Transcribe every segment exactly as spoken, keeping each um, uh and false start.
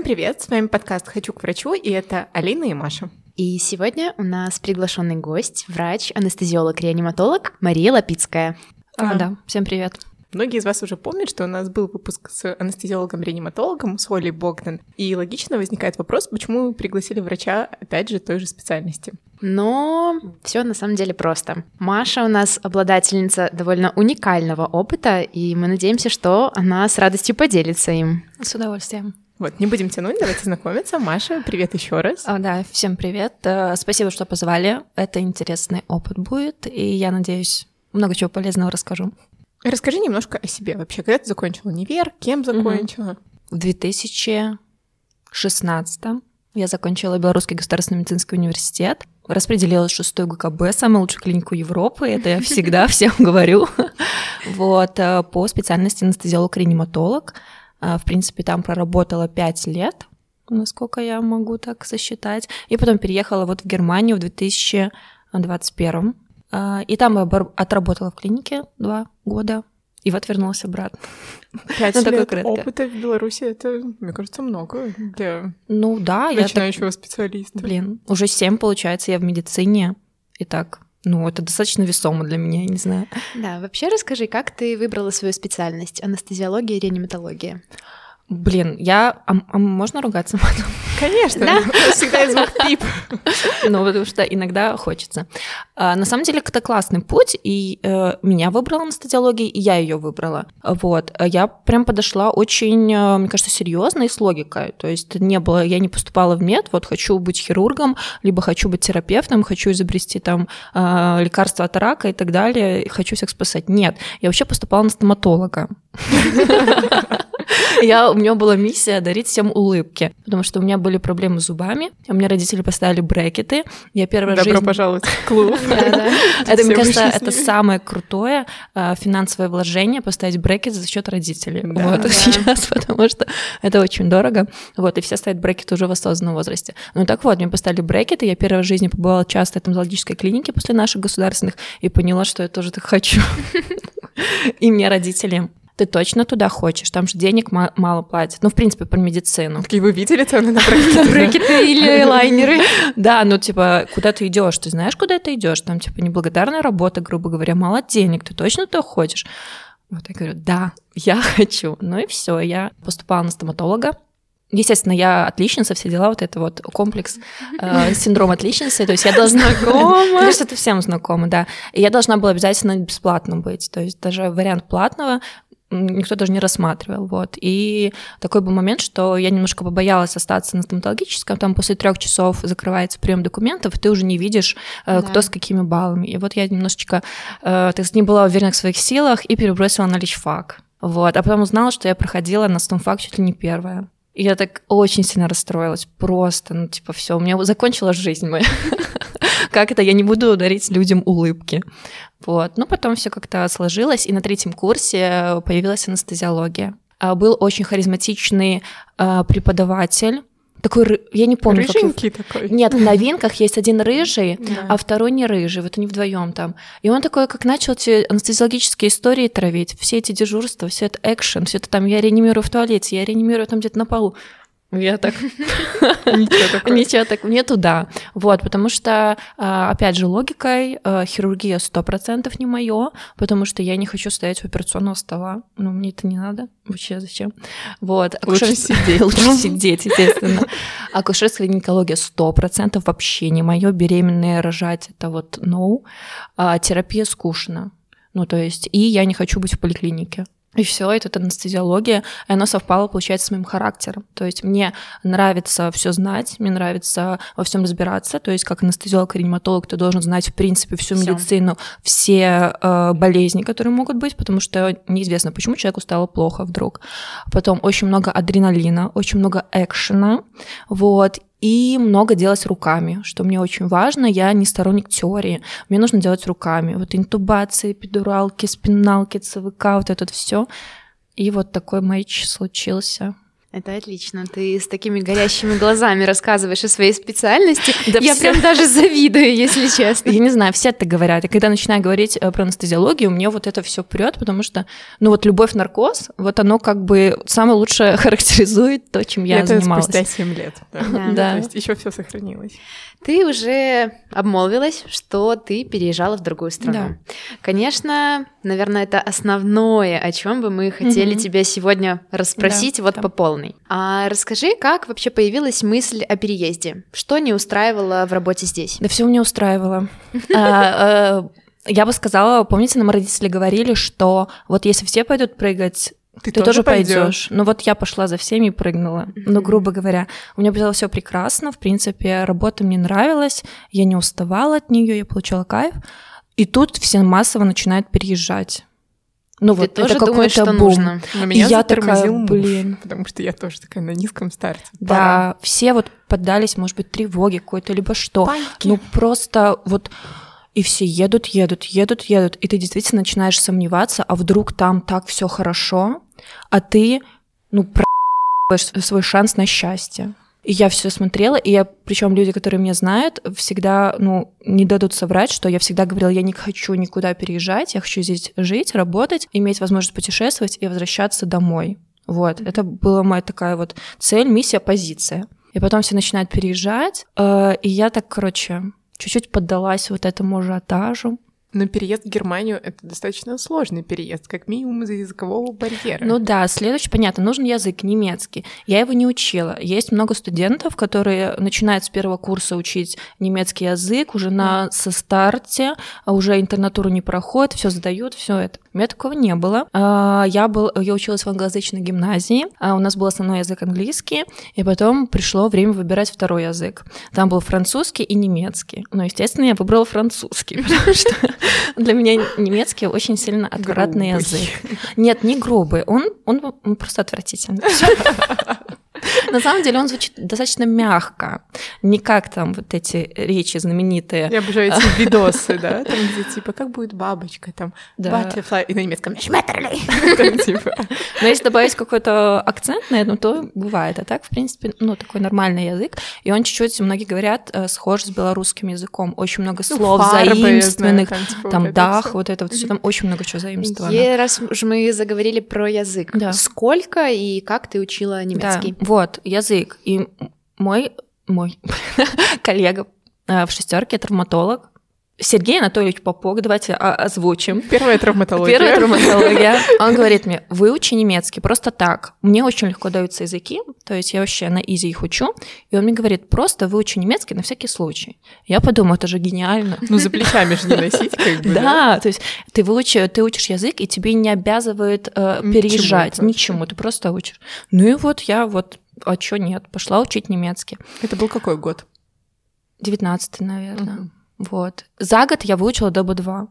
Всем привет, с вами подкаст «Хочу к врачу», и это Алина и Маша. И сегодня у нас приглашенный гость, врач, анестезиолог-реаниматолог Мария Лапицкая. А, да, всем привет. Многие из вас уже помнят, что у нас был выпуск с анестезиологом-реаниматологом, с Олей Богдан, и логично возникает вопрос, почему мы пригласили врача, опять же, той же специальности. Но все на самом деле просто. Маша у нас обладательница довольно уникального опыта, и мы надеемся, что она с радостью поделится им. С удовольствием. Вот, не будем тянуть, давайте знакомиться. Маша, привет еще раз. А, да, всем привет. Спасибо, что позвали. Это интересный опыт будет, и я надеюсь, много чего полезного расскажу. Расскажи немножко о себе вообще. Когда ты закончила универ, кем закончила? В две тысячи шестнадцатом я закончила Белорусский государственный медицинский университет, распределилась в шестую ГКБ, самую лучшую клинику Европы, это я всегда всем говорю, вот, по специальности анестезиолог-реаниматолог. В принципе, там проработала пять лет, насколько я могу так сосчитать, и потом переехала вот в Германию в две тысячи двадцать первом. И там я отработала в клинике два года, и вот вернулась обратно. Пять ну, лет опыта в Беларуси, это, мне кажется, много для ну, да, начинающего я так... специалиста. Блин, уже семь, получается, я в медицине, и так, ну, это достаточно весомо для меня, я не знаю. Да, вообще расскажи, как ты выбрала свою специальность, анестезиология и реаниматология? Блин, я... А, а можно ругаться потом? Конечно, да? Всегда звук пип. Ну, потому что иногда хочется. А, на самом деле, это классный путь, и э, меня выбрала анестезиология, и я ее выбрала. Вот. Я прям подошла очень, мне кажется, серьезно и с логикой. То есть не было, я не поступала в мед, вот хочу быть хирургом, либо хочу быть терапевтом, хочу изобрести там э, лекарства от рака и так далее, хочу всех спасать. Нет, я вообще поступала на стоматолога. Я, у меня была миссия дарить всем улыбки, потому что у меня были проблемы с зубами, у меня родители поставили брекеты. Я первый раз Добро жизнь... пожаловать в клуб. Это, мне кажется, это самое крутое финансовое вложение — поставить брекеты за счет родителей. Вот сейчас, потому что это очень дорого. Вот, и все ставят брекеты уже в осознанном возрасте. Ну так вот, мне поставили брекеты, я первый раз в жизни побывала часто в стоматологической клинике после наших государственных и поняла, что я тоже так хочу. И мне родители... Ты точно туда хочешь? Там же денег ма- мало платят. Ну, в принципе, про медицину. Какие вы видели цены на брекеты? Брекеты или лайнеры. Да, ну, типа, куда ты идешь? Ты знаешь, куда ты идешь? Там, типа, неблагодарная работа, грубо говоря, мало денег. Ты точно туда хочешь? Вот я говорю, да, я хочу. Ну и все, я поступала на стоматолога. Естественно, я отличница, все дела, вот это вот комплекс, э, синдром отличницы, то есть я должна... Знакома. Ну, что-то всем знакомо, да. И я должна была обязательно бесплатно быть, то есть даже вариант платного никто даже не рассматривал, вот. И такой был момент, что я немножко побоялась остаться на стоматологическом, там после трех часов закрывается прием документов, и ты уже не видишь, э, да. кто с какими баллами. И вот я немножечко, э, так сказать, не была уверена в своих силах и перебросила на личфак, вот. А потом узнала, что я проходила на стомфак чуть ли не первая. И я так очень сильно расстроилась, просто, ну, типа, все, у меня закончилась жизнь моя. Как это, я не буду дарить людям улыбки. Вот. Но потом все как-то сложилось, и на третьем курсе появилась анестезиология. Был очень харизматичный преподаватель, такой, я не помню, рыженький как... такой? Нет, в новинках есть один рыжий, да. а второй не рыжий, вот они вдвоем там. И он такой, как начал эти анестезиологические истории травить, все эти дежурства, все это экшен, все это там, я реанимирую в туалете, я реанимирую там где-то на полу. Я так... Ничего такого. Ничего так, мне туда. Вот, потому что, опять же, логикой, хирургия сто процентов не моё, потому что я не хочу стоять у операционного стола. Ну, мне это не надо. Вообще зачем? Вот. Лучше сидеть. Лучше сидеть, естественно. Акушерская гинекология сто процентов вообще не моё. Беременные рожать — это вот no. А терапия скучно. Ну, то есть, и я не хочу быть в поликлинике. И все, это анестезиология, и оно совпало, получается, с моим характером. То есть мне нравится все знать, мне нравится во всем разбираться. То есть как анестезиолог-реаниматолог ты должен знать, в принципе, всю всё. медицину, все э, болезни, которые могут быть, потому что неизвестно, почему человеку стало плохо вдруг. Потом очень много адреналина, очень много экшена, вот. И много делать руками, что мне очень важно. Я не сторонник теории, мне нужно делать руками. Вот интубации, эпидуралки, спиналки, ЦВК, вот это все. И вот такой матч случился. Это отлично. Ты с такими горящими глазами рассказываешь о своей специальности. Да я все... прям даже завидую, если честно. Я не знаю, все это говорят. И когда начинаю говорить про анестезиологию, мне вот это все прет, потому что, ну вот любовь-наркоз, вот оно как бы самое лучшее характеризует то, чем я это занималась. Это спустя семь лет. Да. Да. Да. То есть еще все сохранилось. Ты уже обмолвилась, что ты переезжала в другую страну. Да. Конечно, наверное, это основное, о чем бы мы хотели угу. тебя сегодня расспросить, да, вот да. по полной. А расскажи, как вообще появилась мысль о переезде? Что не устраивало в работе здесь? Да все меня устраивало. Я бы сказала, помните, нам родители говорили, что вот если все пойдут прыгать, Ты, ты тоже, тоже пойдешь. Ну вот я пошла за всеми и прыгнула. Mm-hmm. Ну, грубо говоря, у меня было все прекрасно. В принципе, работа мне нравилась, я не уставала от нее, я получала кайф. И тут все массово начинают переезжать. Ну, ты вот тоже это думаешь, что бум. нужно. Но меня и я такая, муж, блин. Потому что я тоже такая на низком старте. Да, Пора. Все вот поддались, может быть, тревоге какой-то, либо что. Паники. Ну, просто вот... И все едут, едут, едут, едут. И ты действительно начинаешь сомневаться, а вдруг там так все хорошо, а ты, ну, про***ешь свой шанс на счастье. И я все смотрела, и я, причем люди, которые меня знают, всегда, ну, не дадут соврать, что я всегда говорила, я не хочу никуда переезжать, я хочу здесь жить, работать, иметь возможность путешествовать и возвращаться домой. Вот, mm-hmm. это была моя такая вот цель, миссия, позиция. И потом все начинают переезжать, э, и я так, короче, чуть-чуть поддалась вот этому ажиотажу. Но переезд в Германию — это достаточно сложный переезд, как минимум из-за языкового барьера. Ну да, следующий, понятно, нужен язык немецкий. Я его не учила. Есть много студентов, которые начинают с первого курса учить немецкий язык, уже на со старте, уже интернатуру не проходят, все сдают, все это. У меня такого не было. Я, был, я училась в англоязычной гимназии, у нас был основной язык английский, и потом пришло время выбирать второй язык. Там был французский и немецкий. Но, естественно, я выбрала французский, потому что для меня немецкий очень сильно отвратный грубый язык. Нет, не грубый, он, он, он просто отвратительный. На самом деле он звучит достаточно мягко, не как там вот эти речи знаменитые. Я обожаю эти видосы, да, там где типа как будет бабочка, там butterfly, и на немецком schmetterling. Но если добавить какой-то акцент на этом, то бывает. А так, в принципе, ну, такой нормальный язык. И он чуть-чуть, многие говорят, схож с белорусским языком. Очень много слов заимствованных. Там дах, вот это вот все, там очень много чего заимствовано. И раз уж мы заговорили про язык, сколько и как ты учила немецкий? Вот, язык. И мой, мой коллега в шестерке, травматолог, Сергей Анатольевич Попок, давайте озвучим. Первая травматология. Первая травматология. Он говорит мне, выучи немецкий просто так. Мне очень легко даются языки, то есть я вообще на изи их учу. И он мне говорит, просто выучи немецкий на всякий случай. Я подумала, это же гениально. Ну, за плечами же не носить, как бы. Да, то есть ты выучи, ты учишь язык, и тебе не обязывает переезжать ничему, ты просто учишь. Ну и вот я вот, а чё нет, пошла учить немецкий. Это был какой год? девятнадцатый, наверное. Вот. За год я выучила до бэ два.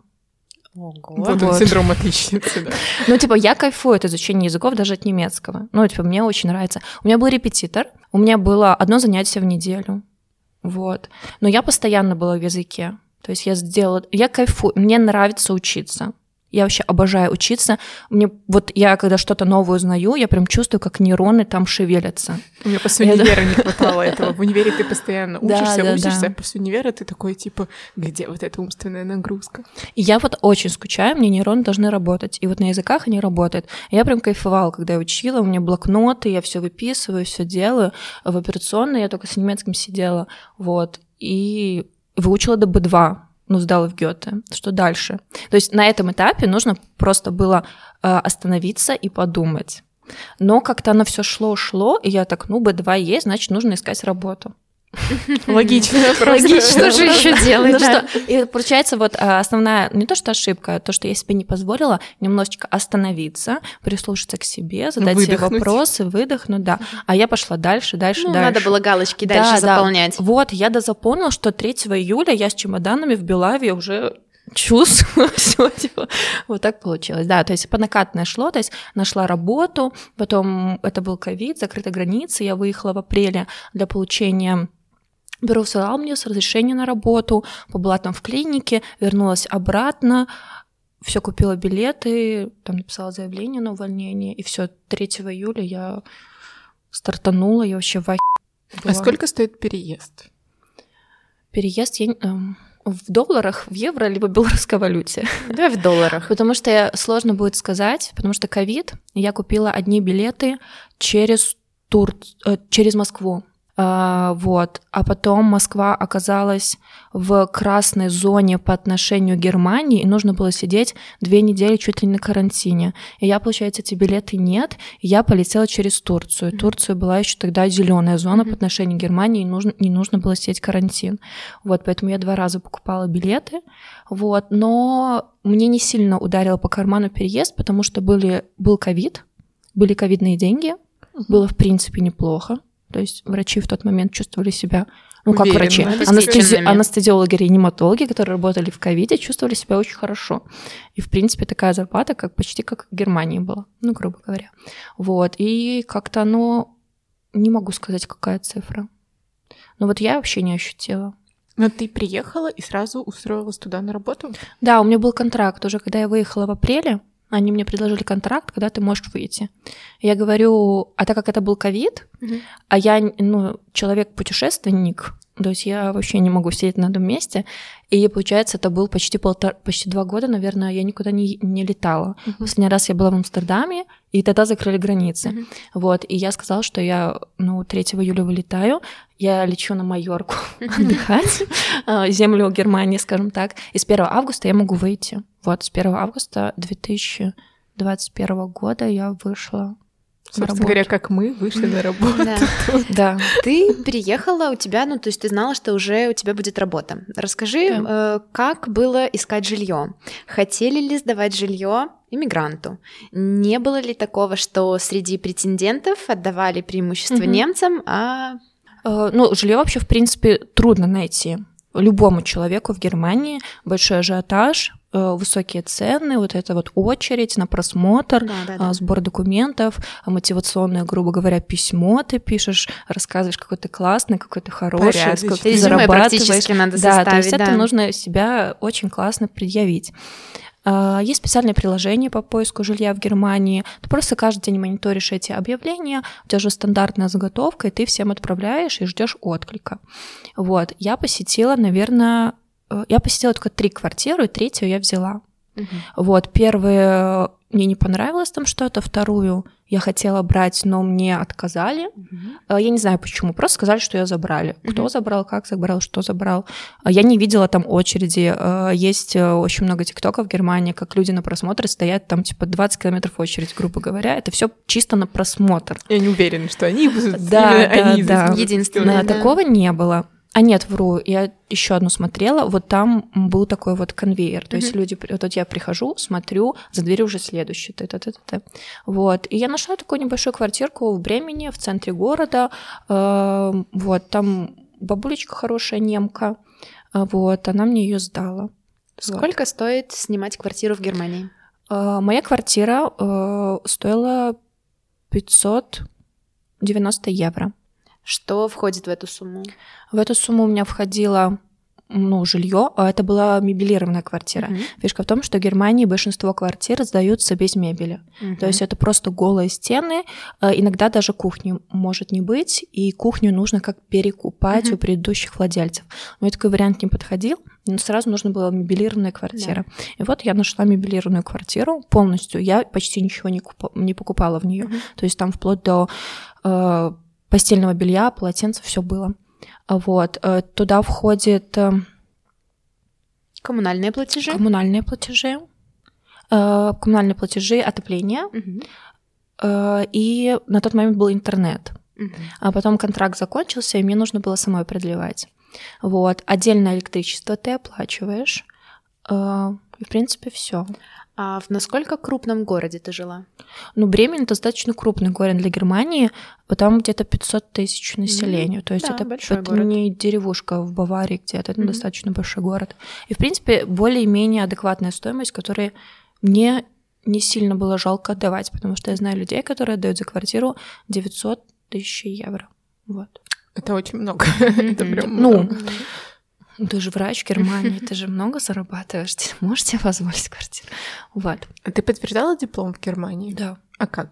Ого. Вот он, синдром отличницы, да. Ну, типа, я кайфую от изучения языков даже от немецкого. Ну, типа, мне очень нравится. У меня был репетитор, у меня было одно занятие в неделю. Вот. Но я постоянно была в языке. То есть я сделала... Я кайфую, мне нравится учиться. Я вообще обожаю учиться. Мне вот я, когда что-то новое узнаю, я прям чувствую, как нейроны там шевелятся. У меня после универа не хватало этого. В универе ты постоянно учишься, да, да, учишься, да. а после универа ты такой, типа, где вот эта умственная нагрузка? И я вот очень скучаю, мне нейроны должны работать. И вот на языках они работают. Я прям кайфовала, когда я учила, у меня блокноты, я все выписываю, все делаю. В операционной я только с немецким сидела. Вот. И выучила до бэ два. Ну, сдала в Гёте. Что дальше? То есть на этом этапе нужно просто было э, остановиться и подумать. Но как-то оно все шло-шло, и я так, ну, бэ два есть, значит, нужно искать работу. Логично. Логично. Что же еще делать? Ну что, и получается, вот основная, не то что ошибка, а то, что я себе не позволила немножечко остановиться, прислушаться к себе, задать себе вопросы, выдохнуть, да. А я пошла дальше, дальше, ну, дальше. Надо было галочки дальше да, заполнять. Да. Вот, я дозаполнила, что третьего июля я с чемоданами в Белаве уже чувствую все, типа, вот так получилось, да, то есть по накатной шло, то есть нашла работу, потом это был ковид, закрыты границы, я выехала в апреле для получения... Бюро высылал мне с разрешения на работу, побыла там в клинике, вернулась обратно, все купила билеты, там написала заявление на увольнение, и все третьего июля я стартанула, я вообще в ахе была. А сколько стоит переезд? Переезд я... В долларах, в евро, либо в белорусской валюте. Давай в долларах. Потому что сложно будет сказать, потому что ковид, я купила одни билеты через, Тур... через Москву. А, вот. А потом Москва оказалась в красной зоне по отношению к Германии, и нужно было сидеть две недели чуть ли не на карантине. И я, получается, эти билеты нет, и я полетела через Турцию. Mm-hmm. Турция была еще тогда зеленая зона mm-hmm. по отношению к Германии, и нужно, не нужно было сидеть карантин. Вот, поэтому я два раза покупала билеты. Вот. Но мне не сильно ударило по карману переезд, потому что были, был ковид, были ковидные деньги, mm-hmm. было, в принципе, неплохо. То есть врачи в тот момент чувствовали себя, ну как уверенно, врачи, анестези... анестезиологи, реаниматологи, которые работали в ковиде, чувствовали себя очень хорошо. И, в принципе, такая зарплата, как почти как в Германии была, ну, грубо говоря. Вот, и как-то оно, не могу сказать, какая цифра. Но вот я вообще не ощутила. Но ты приехала и сразу устроилась туда на работу? Да, у меня был контракт уже, когда я выехала в апреле. Они мне предложили контракт, когда ты можешь выйти. Я говорю, а так как это был ковид, mm-hmm. а я, ну, человек-путешественник, то есть я вообще не могу сидеть на одном месте, и, получается, это был почти полтора, почти два года, наверное, я никуда не, не летала. Mm-hmm. Последний раз я была в Амстердаме, и тогда закрыли границы. Mm-hmm. Вот, и я сказала, что я, ну, третьего июля вылетаю, я лечу на Майорку отдыхать, землю Германии, скажем так, и с первого августа я могу выйти. Вот, с первого августа две тысячи двадцать первого года я вышла. Собственно говоря, как мы вышли на работу. Да. да. Ты переехала, у тебя, ну, то есть ты знала, что уже у тебя будет работа. Расскажи, да. э, как было искать жилье? Хотели ли сдавать жилье иммигранту? Не было ли такого, что среди претендентов отдавали преимущество угу. немцам, а... Э, ну, жилье вообще, в принципе, трудно найти. Любому человеку в Германии большой ажиотаж, высокие цены, вот эта вот очередь на просмотр, да, да, да. сбор документов, мотивационное, грубо говоря, письмо ты пишешь, рассказываешь, какой ты классный, какой ты хороший, сколько ты зарабатываешь. Практически надо да, составить, то есть да. это нужно себя очень классно предъявить. Есть специальное приложение по поиску жилья в Германии. Ты просто каждый день мониторишь эти объявления, у тебя же стандартная заготовка, и ты всем отправляешь и ждешь отклика. Вот. Я посетила, наверное, я посетила только три квартиры, и третью я взяла. Uh-huh. Вот. Первую мне не понравилось там что-то, вторую я хотела брать, но мне отказали. Uh-huh. Я не знаю почему, просто сказали, что ее забрали. Uh-huh. Кто забрал, как забрал, что забрал. Я не видела там очереди. Есть очень много тиктоков в Германии, как люди на просмотр стоят там типа двадцать километров очередь, грубо говоря. Это все чисто на просмотр. Я не уверена, что они будут да, да, они да. единственные. Да. Такого не было. А нет, вру, я еще одну смотрела, вот там был такой вот конвейер, то mm-hmm. есть люди, вот я прихожу, смотрю, за дверью уже следующий, т-т-т-т. Вот, и я нашла такую небольшую квартирку в Бремени, в центре города, вот, там бабулечка хорошая, немка, вот, она мне ее сдала. Сколько вот. Стоит снимать квартиру в Германии? Моя квартира стоила пятьсот девяносто евро. Что входит в эту сумму? В эту сумму у меня входило, ну, жилье, а это была мебелированная квартира. Uh-huh. Фишка в том, что в Германии большинство квартир сдаются без мебели. Uh-huh. То есть это просто голые стены, иногда даже кухни может не быть, и кухню нужно как перекупать uh-huh. у предыдущих владельцев. Мне такой вариант не подходил, но сразу нужна была мебелированная квартира. Yeah. И вот я нашла мебелированную квартиру полностью, я почти ничего не, куп... не покупала в нее. Uh-huh. То есть там вплоть до... Э, постельного белья, полотенца, все было. Вот. Туда входит... Коммунальные платежи? Коммунальные платежи. Коммунальные платежи, отопление. Угу. И на тот момент был интернет. Угу. А потом контракт закончился, и мне нужно было самой продлевать. Вот. Отдельное электричество ты оплачиваешь. И, в принципе, все. А в насколько крупном городе ты жила? Ну, Бремен достаточно крупный город для Германии, там где-то пятьсот тысяч населения. Mm-hmm. То есть да, это, это не деревушка в Баварии где-то, это mm-hmm. достаточно большой город. И, в принципе, более-менее адекватная стоимость, которую мне не сильно было жалко отдавать, потому что я знаю людей, которые отдают за квартиру девятьсот тысяч евро. Вот. Это очень много. Mm-hmm. Это прям много. Ну, ты же врач в Германии, ты же много зарабатываешь, ты можешь себе позволить квартиру. Вот. А ты подтверждала диплом в Германии? Да. А как?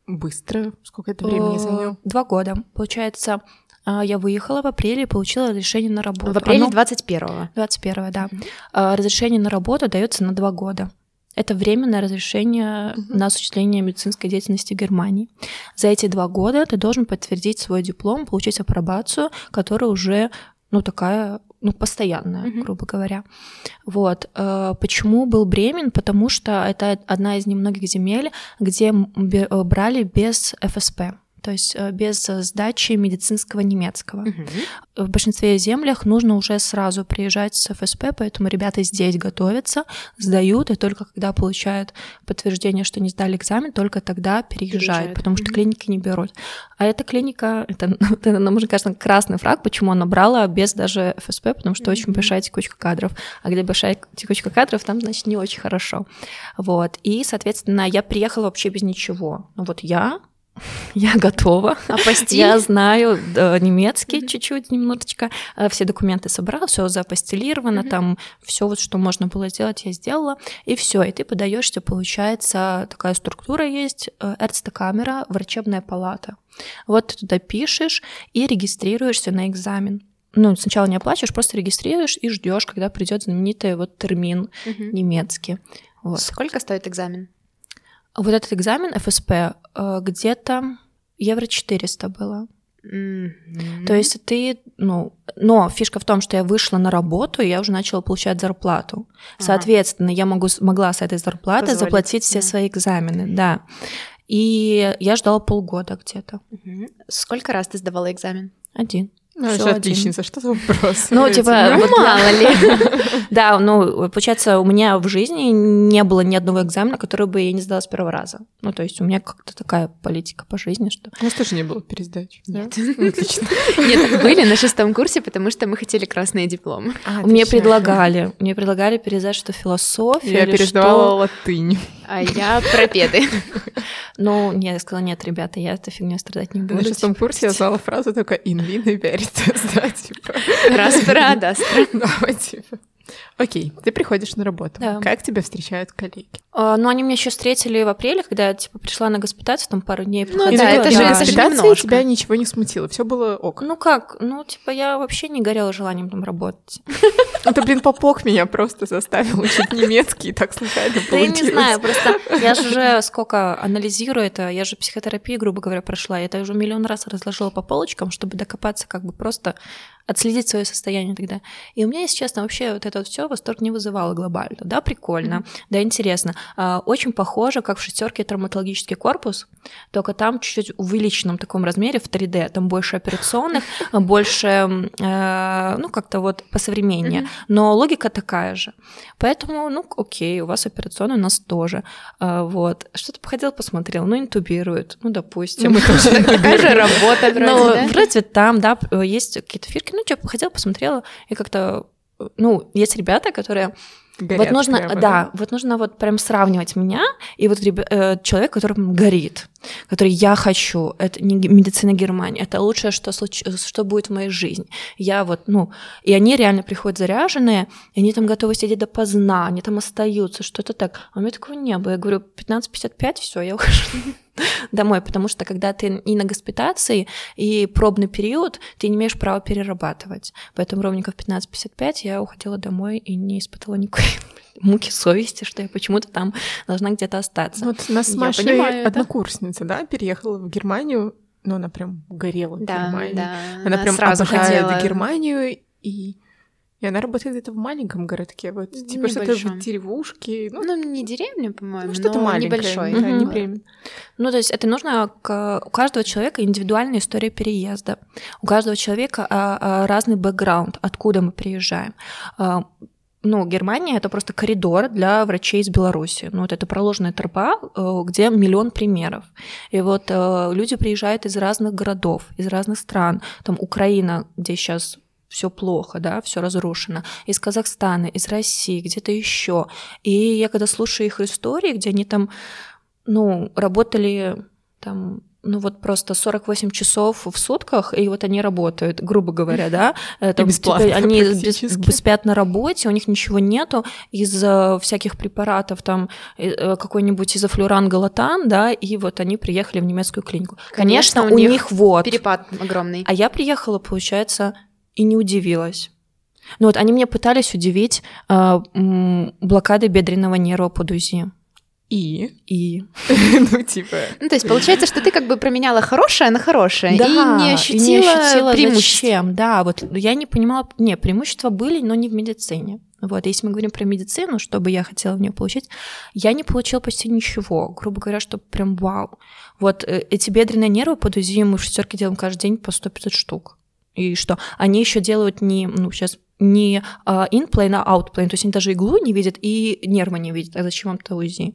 быстро? Сколько это времени заняло? Два года. Получается, я выехала в апреле и получила разрешение на работу. В апреле двадцать первого. двадцать первого, да. Mm-hmm. Разрешение на работу дается на два года. Это временное разрешение mm-hmm. на осуществление медицинской деятельности в Германии. За эти два года ты должен подтвердить свой диплом, получить апробацию, которая уже, ну, такая, ну, постоянная, mm-hmm. грубо говоря. Вот. Почему был Бремен? Потому что это одна из немногих земель, где брали без эф эс пэ. То есть без сдачи медицинского немецкого. Uh-huh. В большинстве землях нужно уже сразу приезжать с эф эс пэ, поэтому ребята здесь готовятся, сдают, и только когда получают подтверждение, что не сдали экзамен, только тогда переезжают, переезжают. потому uh-huh. что клиники не берут. А эта клиника, это, это нам уже кажется красный флаг, почему она брала без даже эф эс пэ, потому что uh-huh. очень большая текучка кадров. А где большая текучка кадров, там, значит, не очень хорошо. Вот. И, соответственно, я приехала вообще без ничего. Ну вот я... Я готова. Апостиль? Я знаю да, немецкий mm-hmm. чуть-чуть, немножечко. Все документы собрала, все заапостилировано, mm-hmm. там все вот, что можно было сделать, я сделала. И все. И ты подаешься, получается, такая структура есть, Ärztekамера, врачебная палата. Вот ты туда пишешь и регистрируешься на экзамен. Ну, сначала не оплачиваешь, просто регистрируешь и ждешь, когда придет знаменитый вот термин mm-hmm. немецкий. Вот. Сколько стоит экзамен? Вот этот экзамен эф эс пэ где-то евро четыреста было. Mm-hmm. То есть ты, ну, но фишка в том, что я вышла на работу, и я уже начала получать зарплату. Uh-huh. Соответственно, я могу, могла с этой зарплаты Позволить. заплатить все yeah. свои экзамены, да. И я ждала полгода где-то. Uh-huh. Сколько раз ты сдавала экзамен? Один. Ну, это отличница, что за вопрос? Ну, типа, ну, мало ли. Да, ну, получается, у меня в жизни не было ни одного экзамена, который бы я не сдала с первого раза. Ну, то есть у меня как-то такая политика по жизни, что... У нас тоже не было пересдач. Нет. Отлично. Нет, были на шестом курсе, потому что мы хотели красные дипломы. Мне предлагали, мне предлагали пересдать, что философия. Я пересдавала латынь. А я пропеды. Ну, нет, я сказала, нет, ребята, я этой фигней страдать не буду. На шестом курсе я знала фразу только «in vino veritas», да, типа. Распера, да, да, типа. Окей, ты приходишь на работу. Да. Как тебя встречают коллеги? А, ну, они меня еще встретили в апреле, когда я, типа, пришла на госпитацию, там пару дней проходила. Ну да, это же, это же немножко. Тебя ничего не смутило, все было ок. Ну как, ну, типа, я вообще не горела желанием там работать. Это, блин, попок меня просто заставил учить немецкий, и так случайно получилось. Да я не знаю, просто я же уже сколько анализирую это, я же психотерапию, грубо говоря, прошла, я это уже миллион раз разложила по полочкам, чтобы докопаться, как бы просто отследить свое состояние тогда. И у меня, если честно, вообще вот это вот все восторг не вызывало глобально. Да, прикольно, mm-hmm. да, интересно. А, очень похоже, как в шестерке травматологический корпус, только там чуть-чуть в увеличенном таком размере в три дэ. Там больше операционных, больше, э, ну, как-то вот посовременнее. Mm-hmm. Но логика такая же. Поэтому, ну, окей, у вас операционная, у нас тоже. А, вот. Что-то походил, посмотрел, ну, интубируют, ну, допустим. Такая же работа вроде, да? Вроде там, да, есть какие-то фишки. Ну, что, походила, посмотрела, и как-то, ну, есть ребята, которые... Горят вот нужно, прямо, да, да, вот нужно вот прям сравнивать меня и вот ребя, э, человек, который горит, который я хочу, это не медицина Германии, это лучшее, что, случ... что будет в моей жизни. Я вот, ну, и они реально приходят заряженные, и они там готовы сидеть допоздна, они там остаются, что-то так. А у меня такого не было. Я говорю, пятнадцать пятьдесят пять, все, я ухожу домой, потому что когда ты и на госпитации, и пробный период, ты не имеешь права перерабатывать. Поэтому ровненько в пятнадцать пятьдесят пять я уходила домой и не испытывала никакой муки совести, что я почему-то там должна где-то остаться. Вот у нас с Машей понимаю, однокурсница, да, переехала в Германию, но она прям горела да, в Германии. Да, она, она прям сразу обожает хотела... Германию, и... И она работает где-то в маленьком городке, вот типа что-то в деревушке. Ну, ну, не деревня, по-моему, ну, что-то но маленькое, небольшой. Да, mm-hmm. не Бремен. Ну, то есть это нужно... К... У каждого человека индивидуальная история переезда. У каждого человека разный бэкграунд, откуда мы приезжаем. Ну, Германия — это просто коридор для врачей из Беларуси. Ну, вот это проложенная тропа, где миллион примеров. И вот люди приезжают из разных городов, из разных стран. Там Украина, где сейчас... все плохо, да, все разрушено. Из Казахстана, из России, где-то еще. И я когда слушаю их истории, где они там, ну, работали там ну вот просто сорок восемь часов в сутках, и вот они работают, грубо говоря, да, это, бесплатно, типа, они без, спят на работе, у них ничего нету из всяких препаратов, там какой-нибудь изофлюоран, галатан, да, и вот они приехали в немецкую клинику. Конечно, Конечно, у, у них, них вот перепад огромный. А я приехала, получается, и не удивилась. Ну вот они меня пытались удивить э, блокадой бедренного нерва под УЗИ. И? И. Ну, типа... Ну, то есть, получается, что ты как бы променяла хорошее на хорошее, да, и не ощутила, и не ощутила преимуществ. Зачем. Да, вот я не понимала... Не, преимущества были, но не в медицине. Вот, если мы говорим про медицину, что бы я хотела в нее получить, я не получила почти ничего. Грубо говоря, что прям вау. Вот эти бедренные нервы под УЗИ мы в шестерке делаем каждый день по сто пятьсот штук. И что? Они еще делают не... Ну, сейчас... не uh, in-plane, а out-plane, то есть они даже иглу не видят и нервы не видят, а зачем вам-то УЗИ?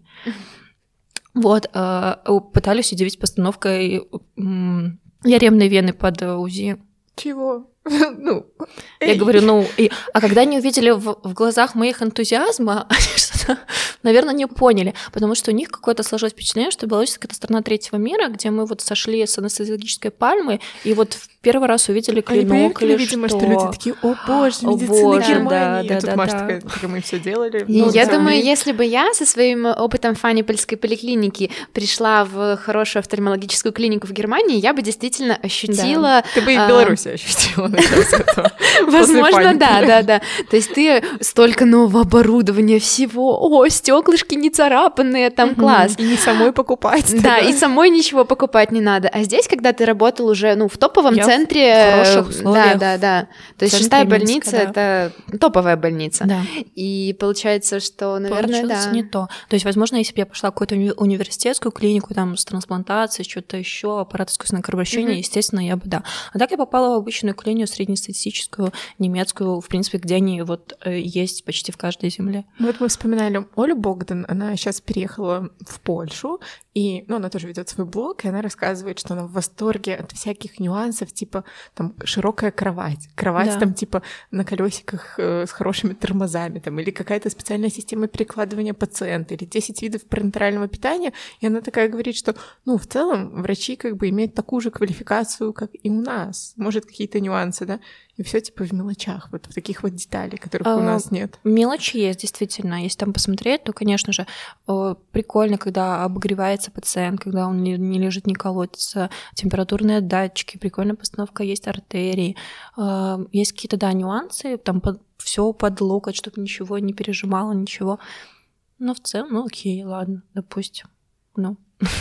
Вот, uh, пытались удивить постановкой um, яремной вены под УЗИ. Чего? Ну, я говорю, ну, и, а когда они увидели в, в глазах моих энтузиазма, они что-то, наверное, не поняли, потому что у них какое-то сложилось впечатление, что Беларусь — это страна третьего мира, где мы вот сошли с анестезиологической пальмы, и вот в первый раз увидели клинок или видимо, что. что люди такие, о боже, о, медицина боже, Германии. да, А тут да, Маша да. такая, как мы все делали. И Ну, я да. думаю, если бы я со своим опытом Фанипольской поликлиники пришла в хорошую офтальмологическую клинику в Германии, я бы действительно ощутила... Да. Ты бы и в а... Беларуси ощутила начало с этого. Возможно, да, да, да. То есть ты столько нового оборудования, всего, о, стеклышки не царапанные, там класс. И не самой покупать. Да, и самой ничего покупать не надо. А здесь, когда ты работал уже, ну, в топовом Я центре... в хороших условиях. Да, да, да. То есть Центре шестая Минска, больница да. — это топовая больница. Да. И получается, что, наверное, Получилось да. не то. То есть, возможно, если бы я пошла в какую-то уни- университетскую клинику, там, с трансплантацией, что-то еще, аппарат искусственного кровообращения, mm-hmm. естественно, я бы, да. А так я попала в обычную клинику среднестатистическую, немецкую, в принципе, где они вот э, есть почти в каждой земле. Вот мы вспоминали Олю Богдан, она сейчас переехала в Польшу, и, ну, она тоже ведет свой блог, и она рассказывает, что она в восторге от всяких нюансов, типа, там, широкая кровать, кровать Да. там, типа, на колесиках э, с хорошими тормозами, там, или какая-то специальная система перекладывания пациента, или десять видов парентерального питания, и она такая говорит, что, ну, в целом, врачи как бы имеют такую же квалификацию, как и у нас, может, какие-то нюансы, да, и все типа в мелочах, вот в таких вот деталях, которых А, у нас нет. Мелочи есть, действительно. Если там посмотреть, то, конечно же, э, прикольно, когда обогревается пациент, когда он не, не лежит, не колотится, температурные датчики, прикольная постановка, есть артерии, э, есть какие-то, да, нюансы, там под, все под локоть, чтобы ничего не пережимало, ничего. Но в целом, ну окей, ладно, допустим, ну...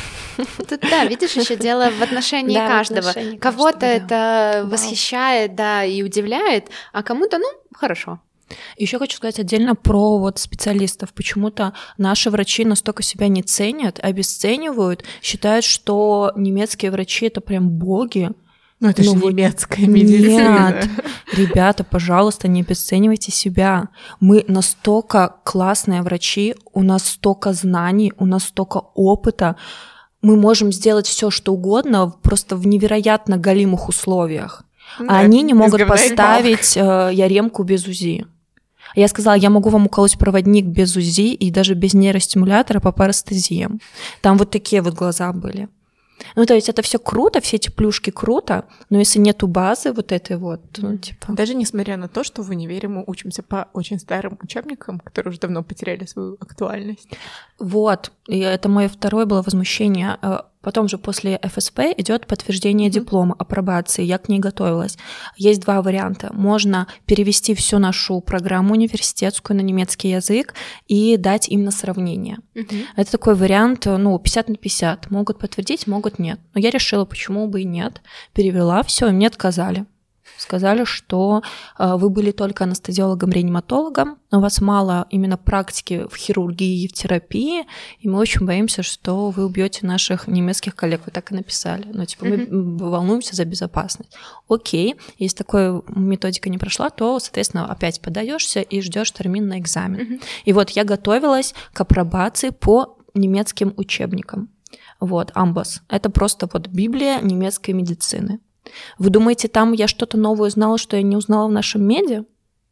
Тут, да, видишь, еще дело в отношении Да, в каждого. отношении Кого-то каждого, это да. восхищает, да, и удивляет, а кому-то, ну, хорошо. Еще хочу сказать отдельно про вот специалистов. Почему-то наши врачи настолько себя не ценят, обесценивают, считают, что немецкие врачи — это прям боги. Ну, это Ну, же вот немецкая медицина. Нет, ребята, пожалуйста, не обесценивайте себя. Мы настолько классные врачи, у нас столько знаний, у нас столько опыта. Мы можем сделать все, что угодно, просто в невероятно галимых условиях. Да, А они не без могут говна и поставить э, яремку без УЗИ. Я сказала, я могу вам уколоть проводник без УЗИ и даже без нейростимулятора по парастезиям. Там вот такие вот глаза были. Ну, то есть это все круто, все эти плюшки круто, но если нету базы вот этой вот, ну, типа... Даже несмотря на то, что в универе мы учимся по очень старым учебникам, которые уже давно потеряли свою актуальность. Вот, и это мое второе было возмущение. Потом же после эф эс пэ идет подтверждение mm-hmm. диплома, апробации. Я к ней готовилась. Есть два варианта. Можно перевести всю нашу программу университетскую на немецкий язык и дать им на сравнение. Mm-hmm. Это такой вариант, ну, пятьдесят на пятьдесят. Могут подтвердить, могут нет. Но я решила, почему бы и нет. Перевела все, и мне отказали. Сказали, что э, вы были только анестезиологом-реаниматологом, у вас мало именно практики в хирургии и в терапии, и мы очень боимся, что вы убьете наших немецких коллег. Вы так и написали. Ну, типа, мы mm-hmm. волнуемся за безопасность. Окей, если такая методика не прошла, то, соответственно, опять подаешься и ждешь термин на экзамен. Mm-hmm. И вот я готовилась к апробации по немецким учебникам. Вот, Амбас. Это просто вот Библия немецкой медицины. Вы думаете, там я что-то новое узнала, что я не узнала в нашем меди?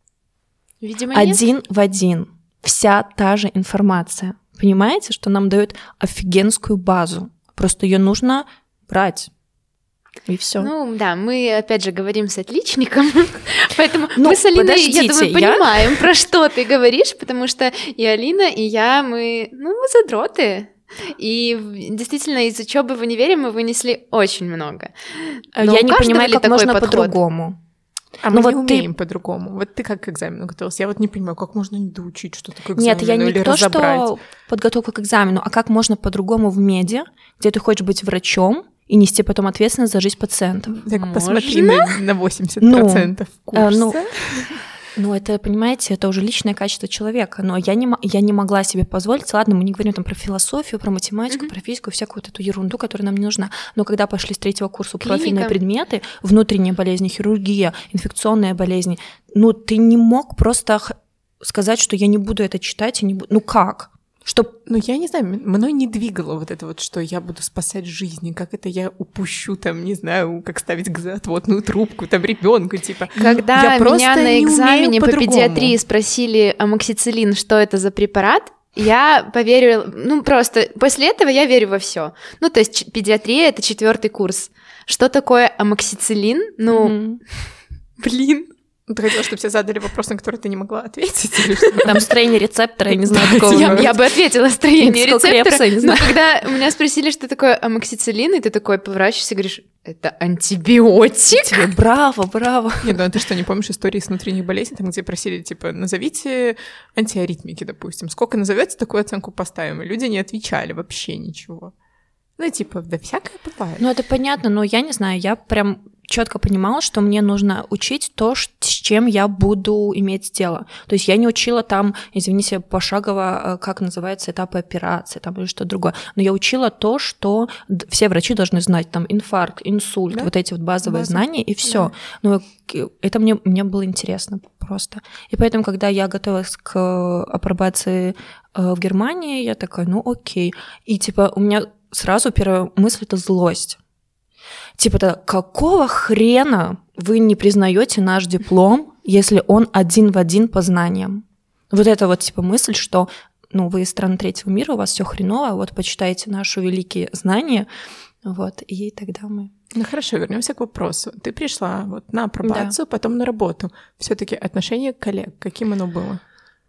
Видимо, один нет. в один. Вся та же информация. Понимаете, что нам дают офигенскую базу. Просто ее нужно брать. И все. Ну да, мы опять же говорим с отличником, поэтому ну, мы с Алиной, подождите, я думаю, понимаем, я... про что ты говоришь, потому что и Алина, и я, мы, ну, мы задроты. И действительно, из учебы в универе мы вынесли очень много. Но я не понимаю, как можно подход? По-другому. А ну мы вот не умеем ты... по-другому. Вот ты как к экзамену готовилась? Я вот не понимаю, как можно не доучить что-то к экзамену. Нет, я не или то, разобрать. Что подготовка к экзамену, а как можно по-другому в меди, где ты хочешь быть врачом и нести потом ответственность за жизнь пациентов. Так можно? Посмотри на, на восемьдесят процентов ну, курса. А, ну, ну, это, понимаете, это уже личное качество человека, но я не, я не могла себе позволить, ладно, мы не говорим там про философию, про математику, mm-hmm. про физику, всякую вот эту ерунду, которая нам не нужна, но когда пошли с третьего курса Клиника. Профильные предметы, внутренние болезни, хирургия, инфекционные болезни, ну, ты не мог просто сказать, что я не буду это читать, и не буду... ну как? Что... Ну, я не знаю, мной не двигало вот это вот, что я буду спасать жизни, как это я упущу, там, не знаю, как ставить газоотводную трубку, там, ребенку, типа. Когда я меня на экзамене по педиатрии спросили амоксициллин, что это за препарат, я поверила, ну, просто после этого я верю во все. Ну, то есть педиатрия — это четвертый курс. Что такое амоксициллин? Ну, mm-hmm. блин. Ты хотела, чтобы все задали вопрос, на который ты не могла ответить? Там строение рецептора, я не знаю, такого. Я, я бы ответила строение рецептора, но когда меня спросили, что такое амоксициллин, и ты такой поворачиваешься и говоришь, это антибиотик? Тебе браво, браво. Нет, ну ты что, не помнишь истории с внутренних болезней, там, где просили, типа, назовите антиаритмики, допустим. Сколько назовете, такую оценку поставим. И люди не отвечали вообще ничего. Ну, типа, да всякое бывает. Ну, это понятно, но я не знаю, я прям четко понимала, что мне нужно учить то, с чем я буду иметь дело. То есть я не учила там, извините, пошагово, как называется этапы операции, там или что-то другое, но я учила то, что все врачи должны знать, там инфаркт, инсульт, да? Вот эти вот базовые База. знания, и все. Да. Но это мне, мне было интересно просто. И поэтому, когда я готовилась к апробации в Германии, я такая, ну окей. И типа у меня сразу первая мысль — это злость. Типа, какого хрена вы не признаете наш диплом, если он один в один по знаниям? Вот это вот типа мысль, что ну, вы из стран третьего мира, у вас все хреново, вот почитайте наши великие знания, вот, и тогда мы... Ну хорошо, вернемся к вопросу. Ты пришла вот на апробацию, да. потом на работу. Все-таки отношение к коллег, каким оно было?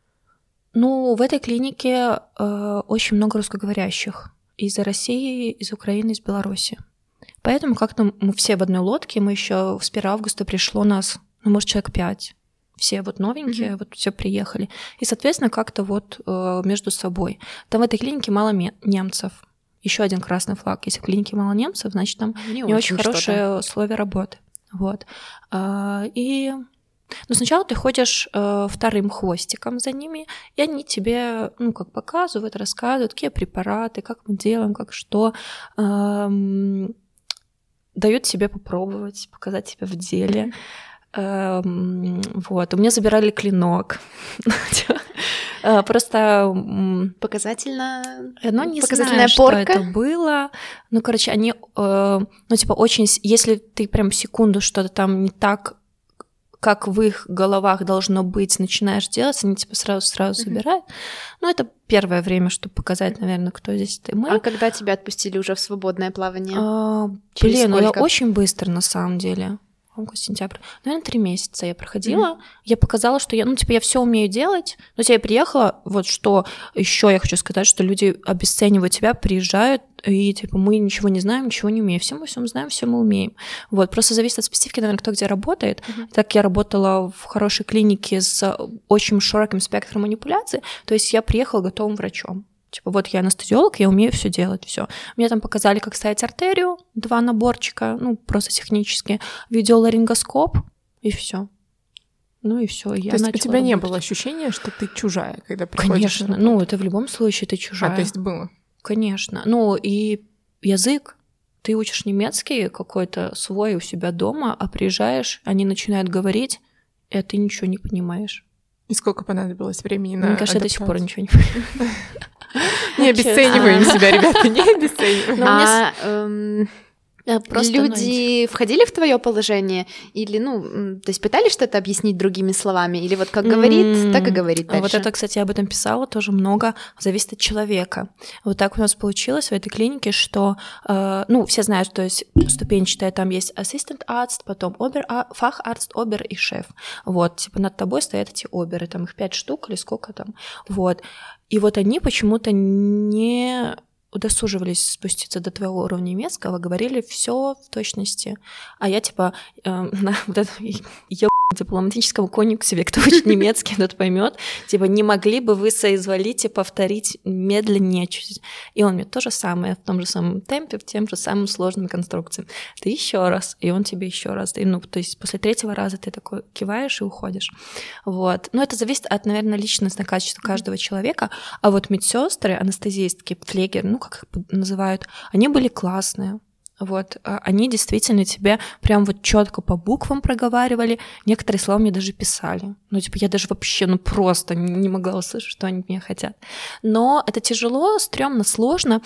Ну, в этой клинике э, очень много русскоговорящих. Из России, из Украины, из Беларуси. Поэтому как-то мы все в одной лодке, мы еще с первого августа пришло нас, ну, может, человек пять. Все вот новенькие, mm-hmm. вот все приехали. И, соответственно, как-то вот э, между собой. Там в этой клинике мало немцев. Еще один красный флаг. Если в клинике мало немцев, значит, там не, не очень хорошие условия работы. Вот. А, и... Но сначала ты ходишь э, вторым хвостиком за ними, и они тебе, ну, как показывают, рассказывают, какие препараты, как мы делаем, как что, эм, дают тебе попробовать, показать себя в деле. Эм, вот. У меня забирали клинок. Просто показательно, ну, не показательная знаю, порка. Что это было. Ну, короче, они, э, ну, типа, очень... Если ты прям секунду что-то там не так, как в их головах должно быть, начинаешь делать, они типа сразу-сразу mm-hmm. собирают. Ну, это первое время, чтобы показать, наверное, кто здесь ты, мы. А когда тебя отпустили уже в свободное плавание? А, блин, ну я очень быстро, на самом деле. Август, сентябрь. Наверное, три месяца я проходила. Mm-hmm. Я показала, что я, ну, типа, я все умею делать. Но я приехала, вот что еще я хочу сказать, что люди обесценивают тебя, приезжают, и, типа, мы ничего не знаем, ничего не умеем. Все мы все знаем, все мы умеем. Вот, просто зависит от специфики, наверное, кто где работает. Mm-hmm. Так я работала в хорошей клинике с очень широким спектром манипуляций, то есть я приехала готовым врачом. Типа, вот я анестезиолог, я умею все делать, все. Мне там показали, как ставить артерию, два наборчика, ну, просто технически, видеоларингоскоп, и все. Ну и все. То есть у тебя работать. Не было ощущения, что ты чужая, когда приходишь? Конечно, ну, это в любом случае ты чужая. А, то есть было? Конечно. Ну, и язык. Ты учишь немецкий какой-то свой у себя дома, а приезжаешь, они начинают говорить, и ты ничего не понимаешь. И сколько понадобилось времени на Мне кажется, я до сих пор ничего не понимаю. Не обесцениваем себя, ребята, не обесцениваем. А Да, просто, люди ну, входили в твое положение или, ну, то есть пытались что-то объяснить другими словами, или вот как говорит, mm-hmm. так и говорит дальше? Вот это, кстати, я об этом писала, тоже много зависит от человека. Вот так у нас получилось в этой клинике, что, э, ну, все знают, что есть ступенчатая, там есть ассистент арст, потом обер, фахарст, обер и шеф. Вот, типа над тобой стоят эти оберы, там их пять штук или сколько там, вот. И вот они почему-то не удосуживались спуститься до твоего уровня немецкого, говорили все в точности. А я типа э, на вот это дипломатическом конюксиве, кто учит немецкий, тот поймет, типа, не могли бы вы соизволить и повторить медленнее чуть-чуть. И он мне то же самое, в том же самом темпе, в тем же самым сложным конструкциям. Ты еще раз, и он тебе еще раз. И, ну, то есть после третьего раза ты такой киваешь и уходишь. Вот. Но это зависит от, наверное, личностного качества каждого человека. А вот медсестры, анестезистки, флегеры, ну, как их называют, они были классные. Вот, они действительно тебе прям вот четко по буквам проговаривали, некоторые слова мне даже писали. Ну, типа, я даже вообще, ну, просто не могла услышать, что они от меня хотят. Но это тяжело, стрёмно, сложно,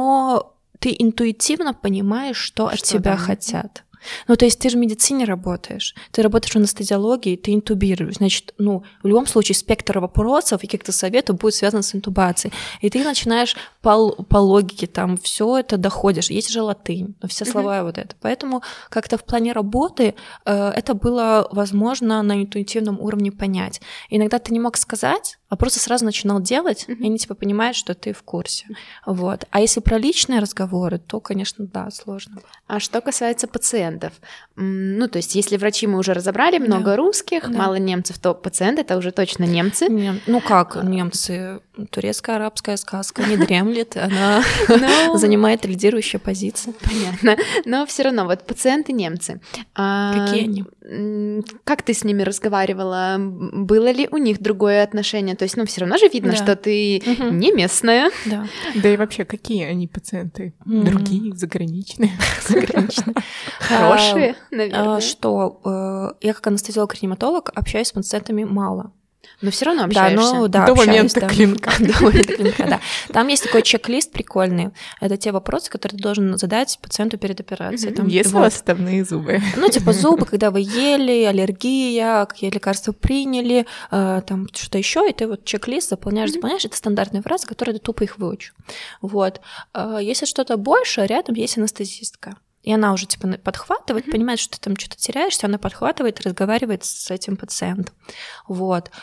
но ты интуитивно понимаешь, что, что от тебя там хотят. Ну, то есть ты же в медицине работаешь, ты работаешь в анестезиологии, ты интубируешь, значит, ну, в любом случае спектр вопросов и каких-то советов будет связан с интубацией, и ты начинаешь по, по логике там все это доходишь, есть же латынь, все слова mm-hmm. вот это, поэтому как-то в плане работы э, это было возможно на интуитивном уровне понять. Иногда ты не мог сказать, а просто сразу начинал делать, mm-hmm. и они типа понимают, что ты в курсе, вот. А если про личные разговоры, то, конечно, да, сложно. А что касается пациентов, ну, то есть, если врачи мы уже разобрали, много да. русских, да. мало немцев, то пациенты — это уже точно немцы. Нем... Ну как немцы? Турецкая арабская сказка не дремлет, она занимает лидирующую позицию. Понятно. Но все равно, вот пациенты немцы. Какие они? Как ты с ними разговаривала? Было ли у них другое отношение? То есть, ну, все равно же видно, что ты не местная. Да. Да и вообще, какие они пациенты? Другие, заграничные? Заграничные. Хорошие, наверное. Что я как анестезиолог-реаниматолог общаюсь с пациентами мало. Но все равно общаешься. Да, ну, да, до общаюсь, момента да. клиника. До момента клиника, да. Там есть такой чек-лист прикольный. Это те вопросы, которые ты должен задать пациенту перед операцией. Там, есть вот. у вас вставные зубы? Ну, типа зубы, когда вы ели, аллергия, какие лекарства приняли, там что-то еще, и ты вот чек-лист заполняешь, заполняешь. Это стандартные фразы, которые ты тупо их выучишь. Вот. Если что-то больше, рядом есть анестезистка. И она уже типа подхватывает, mm-hmm. понимает, что ты там что-то теряешься, она подхватывает, разговаривает с этим пациентом. Вот.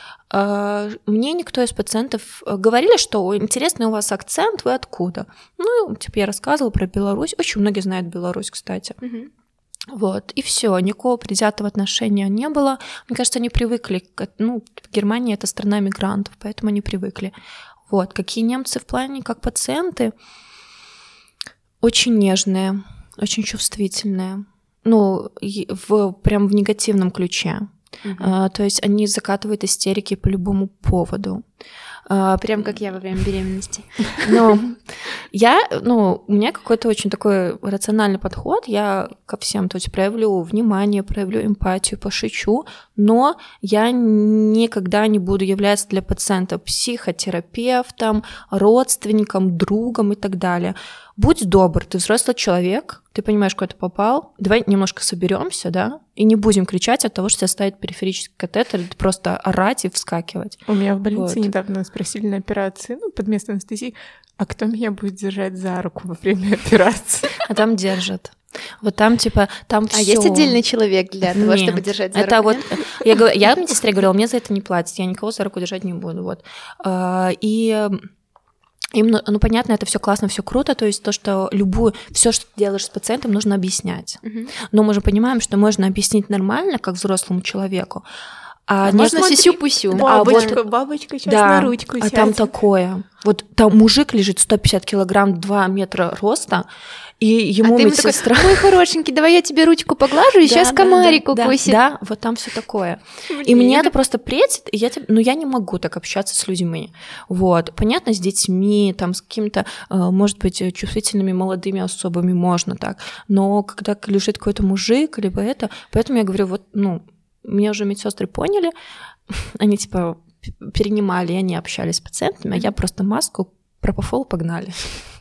Мне никто из пациентов говорили, что интересный у вас акцент, вы откуда? Ну, типа я рассказывала про Беларусь, очень многие знают Беларусь, кстати. Mm-hmm. Вот, и все, никакого предвзятого отношения не было. Мне кажется, они привыкли, к, ну, Германия — это страна мигрантов, поэтому они привыкли. Вот, какие немцы в плане как пациенты? Очень нежные. Очень чувствительные, ну, в, прям в негативном ключе. Uh-huh. А, то есть они закатывают истерики по любому поводу. А, прям как я во время беременности. Ну, я, ну, у меня какой-то очень такой рациональный подход. Я ко всем, то есть проявлю внимание, проявлю эмпатию, пошучу, но я никогда не буду являться для пациента психотерапевтом, родственником, другом и так далее. Будь добр, ты взрослый человек, ты понимаешь, куда ты попал, давай немножко соберемся, да, и не будем кричать от того, что тебя ставит периферический катетер, просто орать и вскакивать. У меня в больнице вот. Недавно спросили на операции, ну, под местной анестезией, а кто меня будет держать за руку во время операции? А там держат. Вот там, типа, там А всё. есть отдельный человек для того, нет, чтобы держать за это руку? Вот, я, говорю, я медсестре говорила, мне за это не платят, я никого за руку держать не буду. Вот. И... Им, ну, понятно, это все классно, все круто, то есть то, что любую, все, что ты делаешь с пациентом, нужно объяснять. Uh-huh. Но мы же понимаем, что можно объяснить нормально, как взрослому человеку. А, а можно сисю-пусю. Бабочка, а вот, бабочка сейчас да, на ручку а сядет. там такое. Вот там мужик лежит сто пятьдесят килограмм, два метра роста, и ему а медсестра... Ты ему такой, мой хорошенький, давай я тебе ручку поглажу, и да, сейчас да, комарик да, укусит. Да, да, вот там все такое. Блин. И мне это просто претит, и я, ну, я не могу так общаться с людьми. Вот. Понятно, с детьми, там, с какими-то, может быть, чувствительными молодыми особами можно так, но когда лежит какой-то мужик, либо это... Поэтому я говорю, вот, ну, меня уже медсестры поняли, они, типа, перенимали, и они общались с пациентами, а я просто маску пропофол погнали.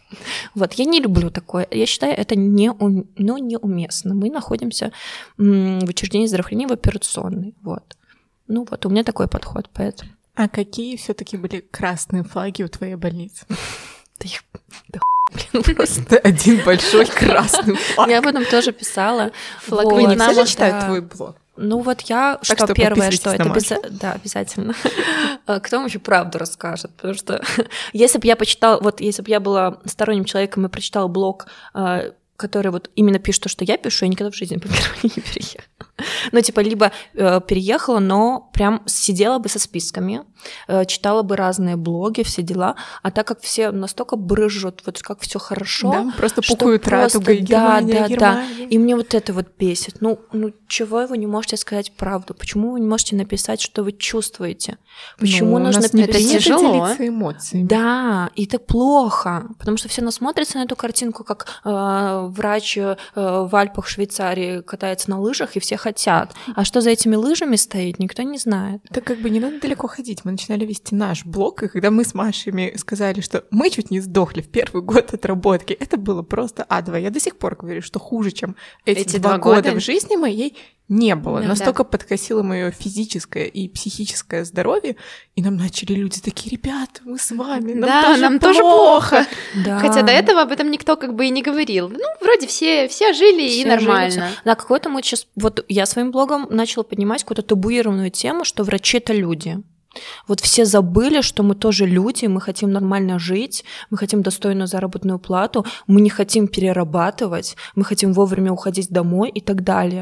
Вот, я не люблю такое. Я считаю, это не, ум... ну, неуместно. Мы находимся м- в учреждении здравоохранения в операционной. Вот. Ну вот, у меня такой подход, поэтому. А какие все-таки были красные флаги у твоей больницы? Да их... Блин, просто один большой красный флаг. Я об этом тоже писала. Флаг вот. Вьетнама вот, читают да. твой блог. Ну вот я, так что, что первое, что это... Обяза... Да, обязательно. Кто вам еще правду расскажет? Потому что если бы я почитала... Вот если бы я была сторонним человеком и прочитала блог, который вот именно пишет то, что я пишу, я никогда в жизни по Германии не переехала. Ну, типа, либо э, переехала, но прям сидела бы со списками, э, читала бы разные блоги, все дела, а так как все настолько брызжут, вот как все хорошо, да, просто пукают радугой, да, Германия, да, Германия. да, и мне вот это вот бесит. Ну, ну, чего вы не можете сказать правду? Почему вы не можете написать, что вы чувствуете? Почему ну, нужно написать? Это тяжело, делиться эмоциями. Да, и это плохо, потому что все насмотрятся на эту картинку, как э, врач э, в Альпах Швейцарии катается на лыжах, и все хотят. А что за этими лыжами стоит, никто не знает. Да как бы не надо далеко ходить. Мы начинали вести наш блог, и когда мы с Машей сказали, что мы чуть не сдохли в первый год отработки, это было просто адово. Я до сих пор говорю, что хуже, чем эти, эти два, два года, года в жизни моей не было. Да, Настолько да. подкосило мое физическое и психическое здоровье, и нам начали люди такие: ребята, мы с вами, нам да, тоже нам плохо. тоже плохо. Да. Хотя до этого об этом никто как бы и не говорил. Ну, вроде все, все жили все и нормально. Жили, да, какой-то мы сейчас... Вот я своим блогом начала поднимать какую-то табуированную тему, что врачи — это люди. Вот все забыли, что мы тоже люди, мы хотим нормально жить, мы хотим достойную заработную плату, мы не хотим перерабатывать, мы хотим вовремя уходить домой и так далее.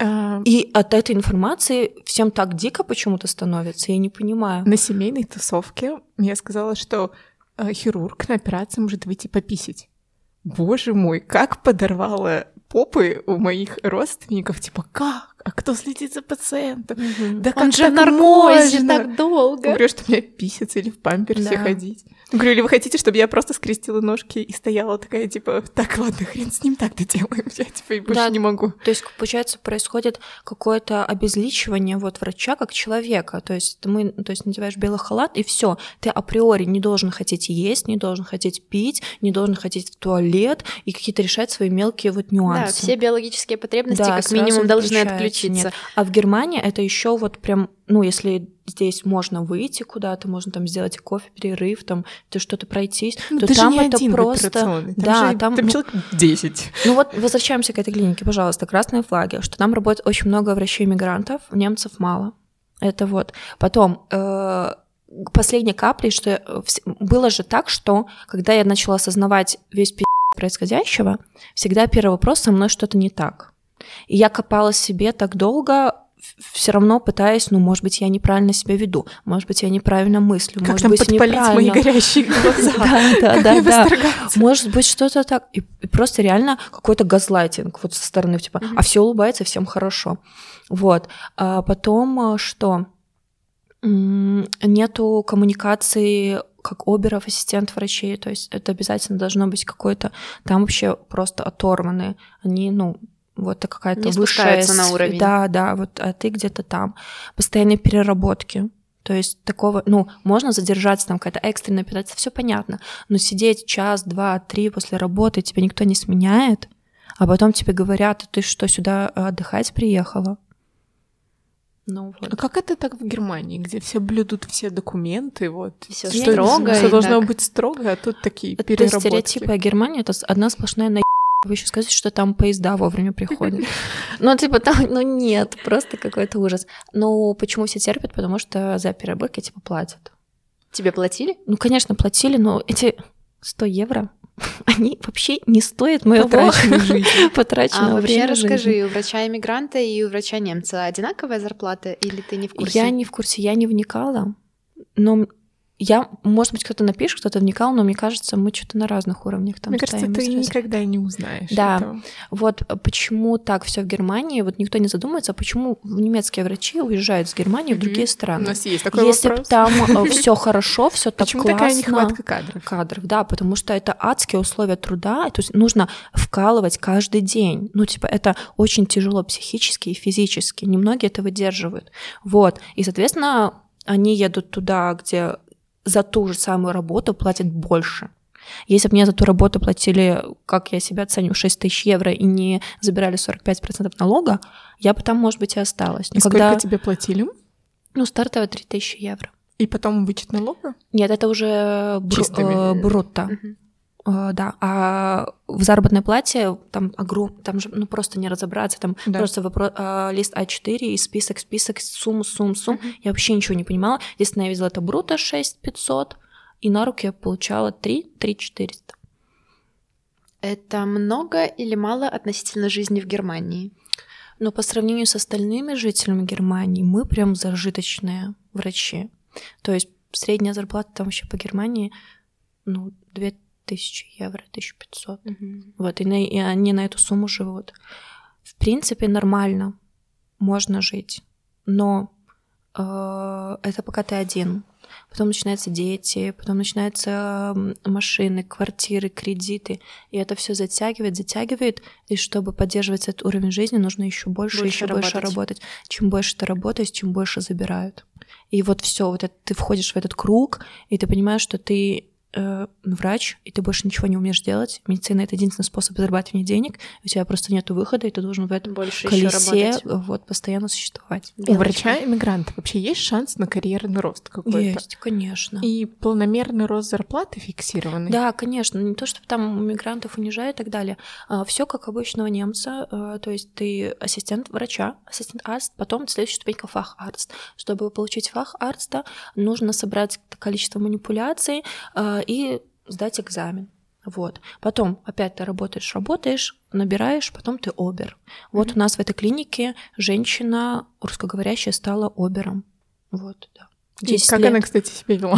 И от этой информации всем так дико почему-то становится, я не понимаю. На семейной тусовке я сказала, что хирург на операции может выйти пописить. Боже мой, как подорвало попы у моих родственников, типа, как? А кто следит за пациентом? Угу. Да Он как же в наркозе так долго. Говорю, что мне писаться или в памперсе да. ходить. Говорю, или вы хотите, чтобы я просто скрестила ножки и стояла такая, типа, так, ладно, хрен с ним, так доделаем, я, типа, и больше да, не могу. То есть, получается, происходит какое-то обезличивание вот врача как человека, то есть ты мы, то есть надеваешь белый халат, и все, ты априори не должен хотеть есть, не должен хотеть пить, не должен хотеть в туалет и какие-то решать свои мелкие вот нюансы. Да, все биологические потребности да, как минимум должны отключиться. Нет. А в Германии это еще вот прям, ну, если здесь можно выйти куда-то, можно там сделать кофе, перерыв, там, ты что-то пройтись, ну, то ты там же не это один просто... Там да, же, там, там человек десять. Ну вот возвращаемся к этой клинике, пожалуйста, красные флаги, что там работает очень много врачей-мигрантов, немцев мало. Это вот. Потом... Э- последней каплей, что было же так, что когда я начала осознавать весь пи*** происходящего, всегда первый вопрос: со мной что-то не так. И я копала себе так долго, все равно пытаясь, ну, может быть, я неправильно себя веду, может быть, я неправильно мыслю, как может там быть, подпалить неправильно. мои горящие глаза? Да, да, да, да. Может быть, что-то так. И просто реально какой-то газлайтинг вот со стороны, типа, а все улыбается, всем хорошо. Вот. А потом что? Нету коммуникации как оберов, ассистент врачей, то есть это обязательно должно быть какое-то, там вообще просто оторваны, они, ну, вот какая-то не высшая... спускаются на уровень. Да, да, вот, а ты где-то там. Постоянные переработки. То есть такого, ну, можно задержаться, там какая-то экстренная операция, все понятно, но сидеть час, два, три после работы, тебя никто не сменяет, а потом тебе говорят: ты что, сюда отдыхать приехала? Ну, вот. А как это так в Германии, где все блюдут все документы, вот все строго, все должно так. быть строго, а тут такие это переработки. Стереотипы о Германии — это одна сплошная на. Вы еще скажете, что там поезда вовремя приходят. Ну, типа, там, ну нет, просто какой-то ужас. Ну, почему все терпят? Потому что за переработки, типа, платят. Тебе платили? Ну, конечно, платили, но эти сто евро, они вообще не стоят моего потраченной жизни, потраченного а времени. А вообще расскажи, у врача-иммигранта и у врача-немца одинаковая зарплата, или ты не в курсе? Я не в курсе, я не вникала, но... Я, может быть, кто-то напишет, кто-то вникал, но мне кажется, мы что-то на разных уровнях там Мне кажется, ты сразу. никогда не узнаешь Да, этого. Вот почему так все в Германии, вот никто не задумывается, почему немецкие врачи уезжают с Германии mm-hmm. в другие страны. У нас есть такой Если вопрос. Если там все хорошо, все так почему классно. Почему такая нехватка кадров? Кадров, да, потому что это адские условия труда, то есть нужно вкалывать каждый день. Ну, типа, это очень тяжело психически и физически, немногие это выдерживают. Вот, и, соответственно, они едут туда, где за ту же самую работу платят больше. Если бы мне за ту работу платили, как я себя оцениваю, шесть тысяч евро и не забирали сорок пять процентов налога, я бы там, может быть, и осталась. Но и когда... сколько тебе платили? Ну, стартовая три тысячи евро. И потом вычет налога? Нет, это уже бру... э, брутто. Мгм. Э, да, а в заработной плате там, огром... там же ну, просто не разобраться, там Да. просто вопро... э, лист а четыре и список, список, сумм, сумм, сумм. Мгм. Я вообще ничего не понимала. Единственное, я видела это брутто шесть тысяч пятьсот, и на руки я получала три тысячи четыреста. Это много или мало относительно жизни в Германии? Но по сравнению с остальными жителями Германии мы прям зажиточные врачи. То есть средняя зарплата там вообще по Германии, ну, две тысячи евро, тысяча пятьсот. Мгм. Вот, и, на- и они на эту сумму живут. В принципе, нормально, можно жить, но э, это пока ты один. Потом начинаются дети, потом начинаются м, машины, квартиры, кредиты, и это все затягивает, затягивает, и чтобы поддерживать этот уровень жизни, нужно еще больше, Больше еще больше работать. работать. Чем больше ты работаешь, тем больше забирают. И вот все, вот это, ты входишь в этот круг, и ты понимаешь, что ты э, врач, и ты больше ничего не умеешь делать. Медицина — это единственный способ зарабатывания денег. У тебя просто нет выхода, и ты должен в этом Больше еще колесе работать. вот, постоянно существовать. У врача-иммигранта вообще есть шанс на карьерный рост какой-то? Есть, конечно. И полномерный рост зарплаты фиксированный? Да, конечно. Не то, чтобы там мигрантов унижают и так далее. Все как обычного немца. а, То есть ты ассистент врача, ассистент арст, потом следующая ступенька фахарст. Чтобы получить фахарста, нужно собрать количество манипуляций а, и сдать экзамен. Вот. Потом опять ты работаешь, работаешь, набираешь, потом ты обер. Вот Мгм. у нас в этой клинике женщина русскоговорящая стала обером. Вот, да. И десять как лет. она, кстати, себя вела?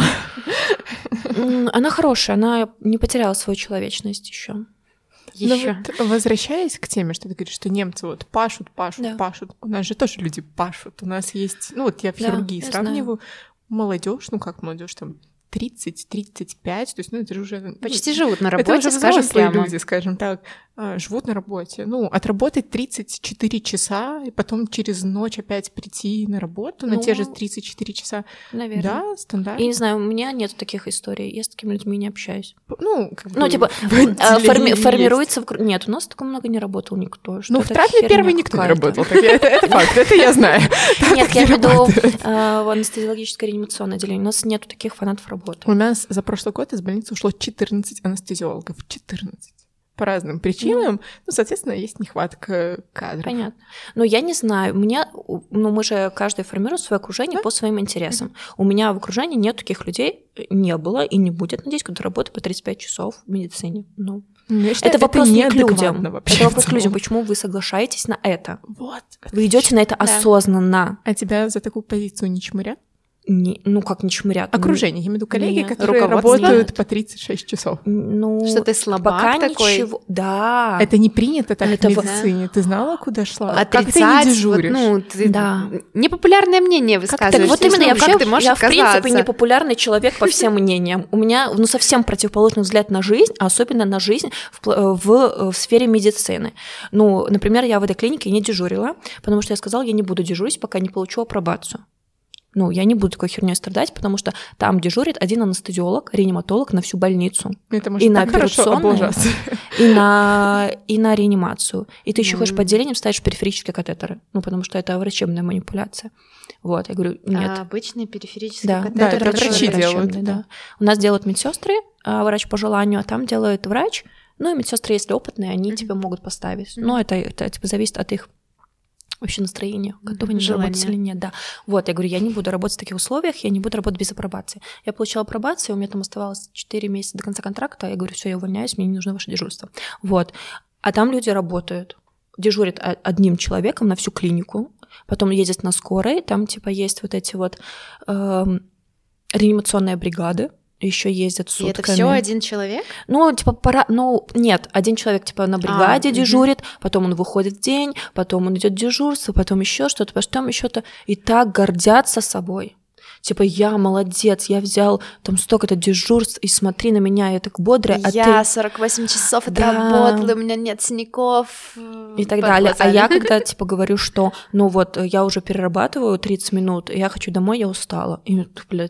М, Она хорошая, она не потеряла свою человечность еще. Но Еще. вот возвращаясь к теме, что ты говоришь, что немцы вот пашут, пашут, Да. пашут. У нас же тоже люди пашут. У нас есть, ну вот я в Да, хирургии я сравниваю, молодежь, ну как молодежь там тридцать тридцать пять, то есть, ну это же уже... ну, Почти живут на это работе, уже скажем взрослые прямо. люди, скажем так, а, живут на работе. Ну, отработать тридцать четыре часа, и потом через ночь опять прийти на работу на Ну, те же тридцать четыре часа. Наверное. Да, стандарт. Я не знаю, у меня нет таких историй. Я с такими людьми не общаюсь. Ну, как Ну, бы типа, в а, форми- отделении есть. формируется... в кр- Нет, у нас так много не работал никто. Что Ну, это в травме херня первый никто не какая-то. работал. так Это это факт, это я знаю. Там Нет, так я не имею в виду работает. а, в анестезиологическое реанимационное отделение. У нас нету таких фанатов работы. У нас за прошлый год из больницы ушло четырнадцать анестезиологов. четырнадцать. По разным причинам. Ну, соответственно, есть нехватка кадров. Понятно. Но я не знаю. У меня, ну, мы же каждый формирует свое окружение Да. по своим интересам. У меня в окружении нет таких людей, не было и не будет, надеюсь, которые работают по тридцать пять часов в медицине. Ну, Ну, я считаю, это вопрос не к неадекватно людям. вообще Это в вопрос к целом. людям. Почему вы соглашаетесь на это? Вот. Вы идете на это Да. осознанно. А тебя за такую позицию не чмырят? Не, ну, как не чмырят. Окружение, я имею в виду коллеги, Нет. которые Руководство? работают Нет. по тридцать шесть часов. Ну, Что ты слабак пока такой? ничего. Да. Это не принято так Это в вот- медицине. Ты знала, куда шла? Как ты не Отрицать, вот, дежуришь? ну, ты Да. непопулярное мнение Так высказываешь. вот То есть, именно, я ну, вообще, как ты можешь я в принципе отказаться? непопулярный человек по всем мнениям. У меня ну, совсем противоположный взгляд на жизнь, а особенно на жизнь в, пл- в, в сфере медицины. Ну, например, я в этой клинике не дежурила, потому что я сказала, я не буду дежурить, пока не получу апробацию. Ну, я не буду такой херней страдать, потому что там дежурит один анестезиолог, реаниматолог на всю больницу. Это может И на так хорошо операционные, облажаться. и на, и на реанимацию. И ты еще М. ходишь по отделениям, ставишь периферические катетеры. Ну, потому что это врачебная манипуляция. Вот, я говорю, нет. А обычные периферические Да, катетеры да, это тоже врачи врачебные. делают, врачебные, да. У нас делают медсестры, а врач по желанию, а там делает врач. Ну, и медсестры, если опытные, они Мгм. тебе могут поставить. Мгм. Но это, это типа, зависит от их вообще настроения, готовы они Желания. работать или нет, да. Вот, я говорю, я не буду работать в таких условиях, я не буду работать без апробации. Я получила апробацию, у меня там оставалось четыре месяца до конца контракта, я говорю, все, я увольняюсь, мне не нужно ваше дежурство. Вот. А там люди работают, дежурят о- одним человеком на всю клинику, потом ездят на скорой, там типа есть вот эти вот эм, реанимационные бригады, еще ездят И сутками. это все один человек? Ну, типа, пора... Ну, нет, один человек, типа, на бригаде А, дежурит, потом он выходит в день, потом он идет в дежурство, потом еще что-то, потом еще то И так гордятся собой. Типа, я молодец, я взял там столько-то дежурств, и смотри на меня, я так бодрая, а я ты... сорок восемь часов Да. отработала, у меня нет синяков. И так под далее. А глазами. я когда, типа, говорю, что, ну вот, я уже перерабатываю тридцать минут, и я хочу домой, я устала. И, блядь,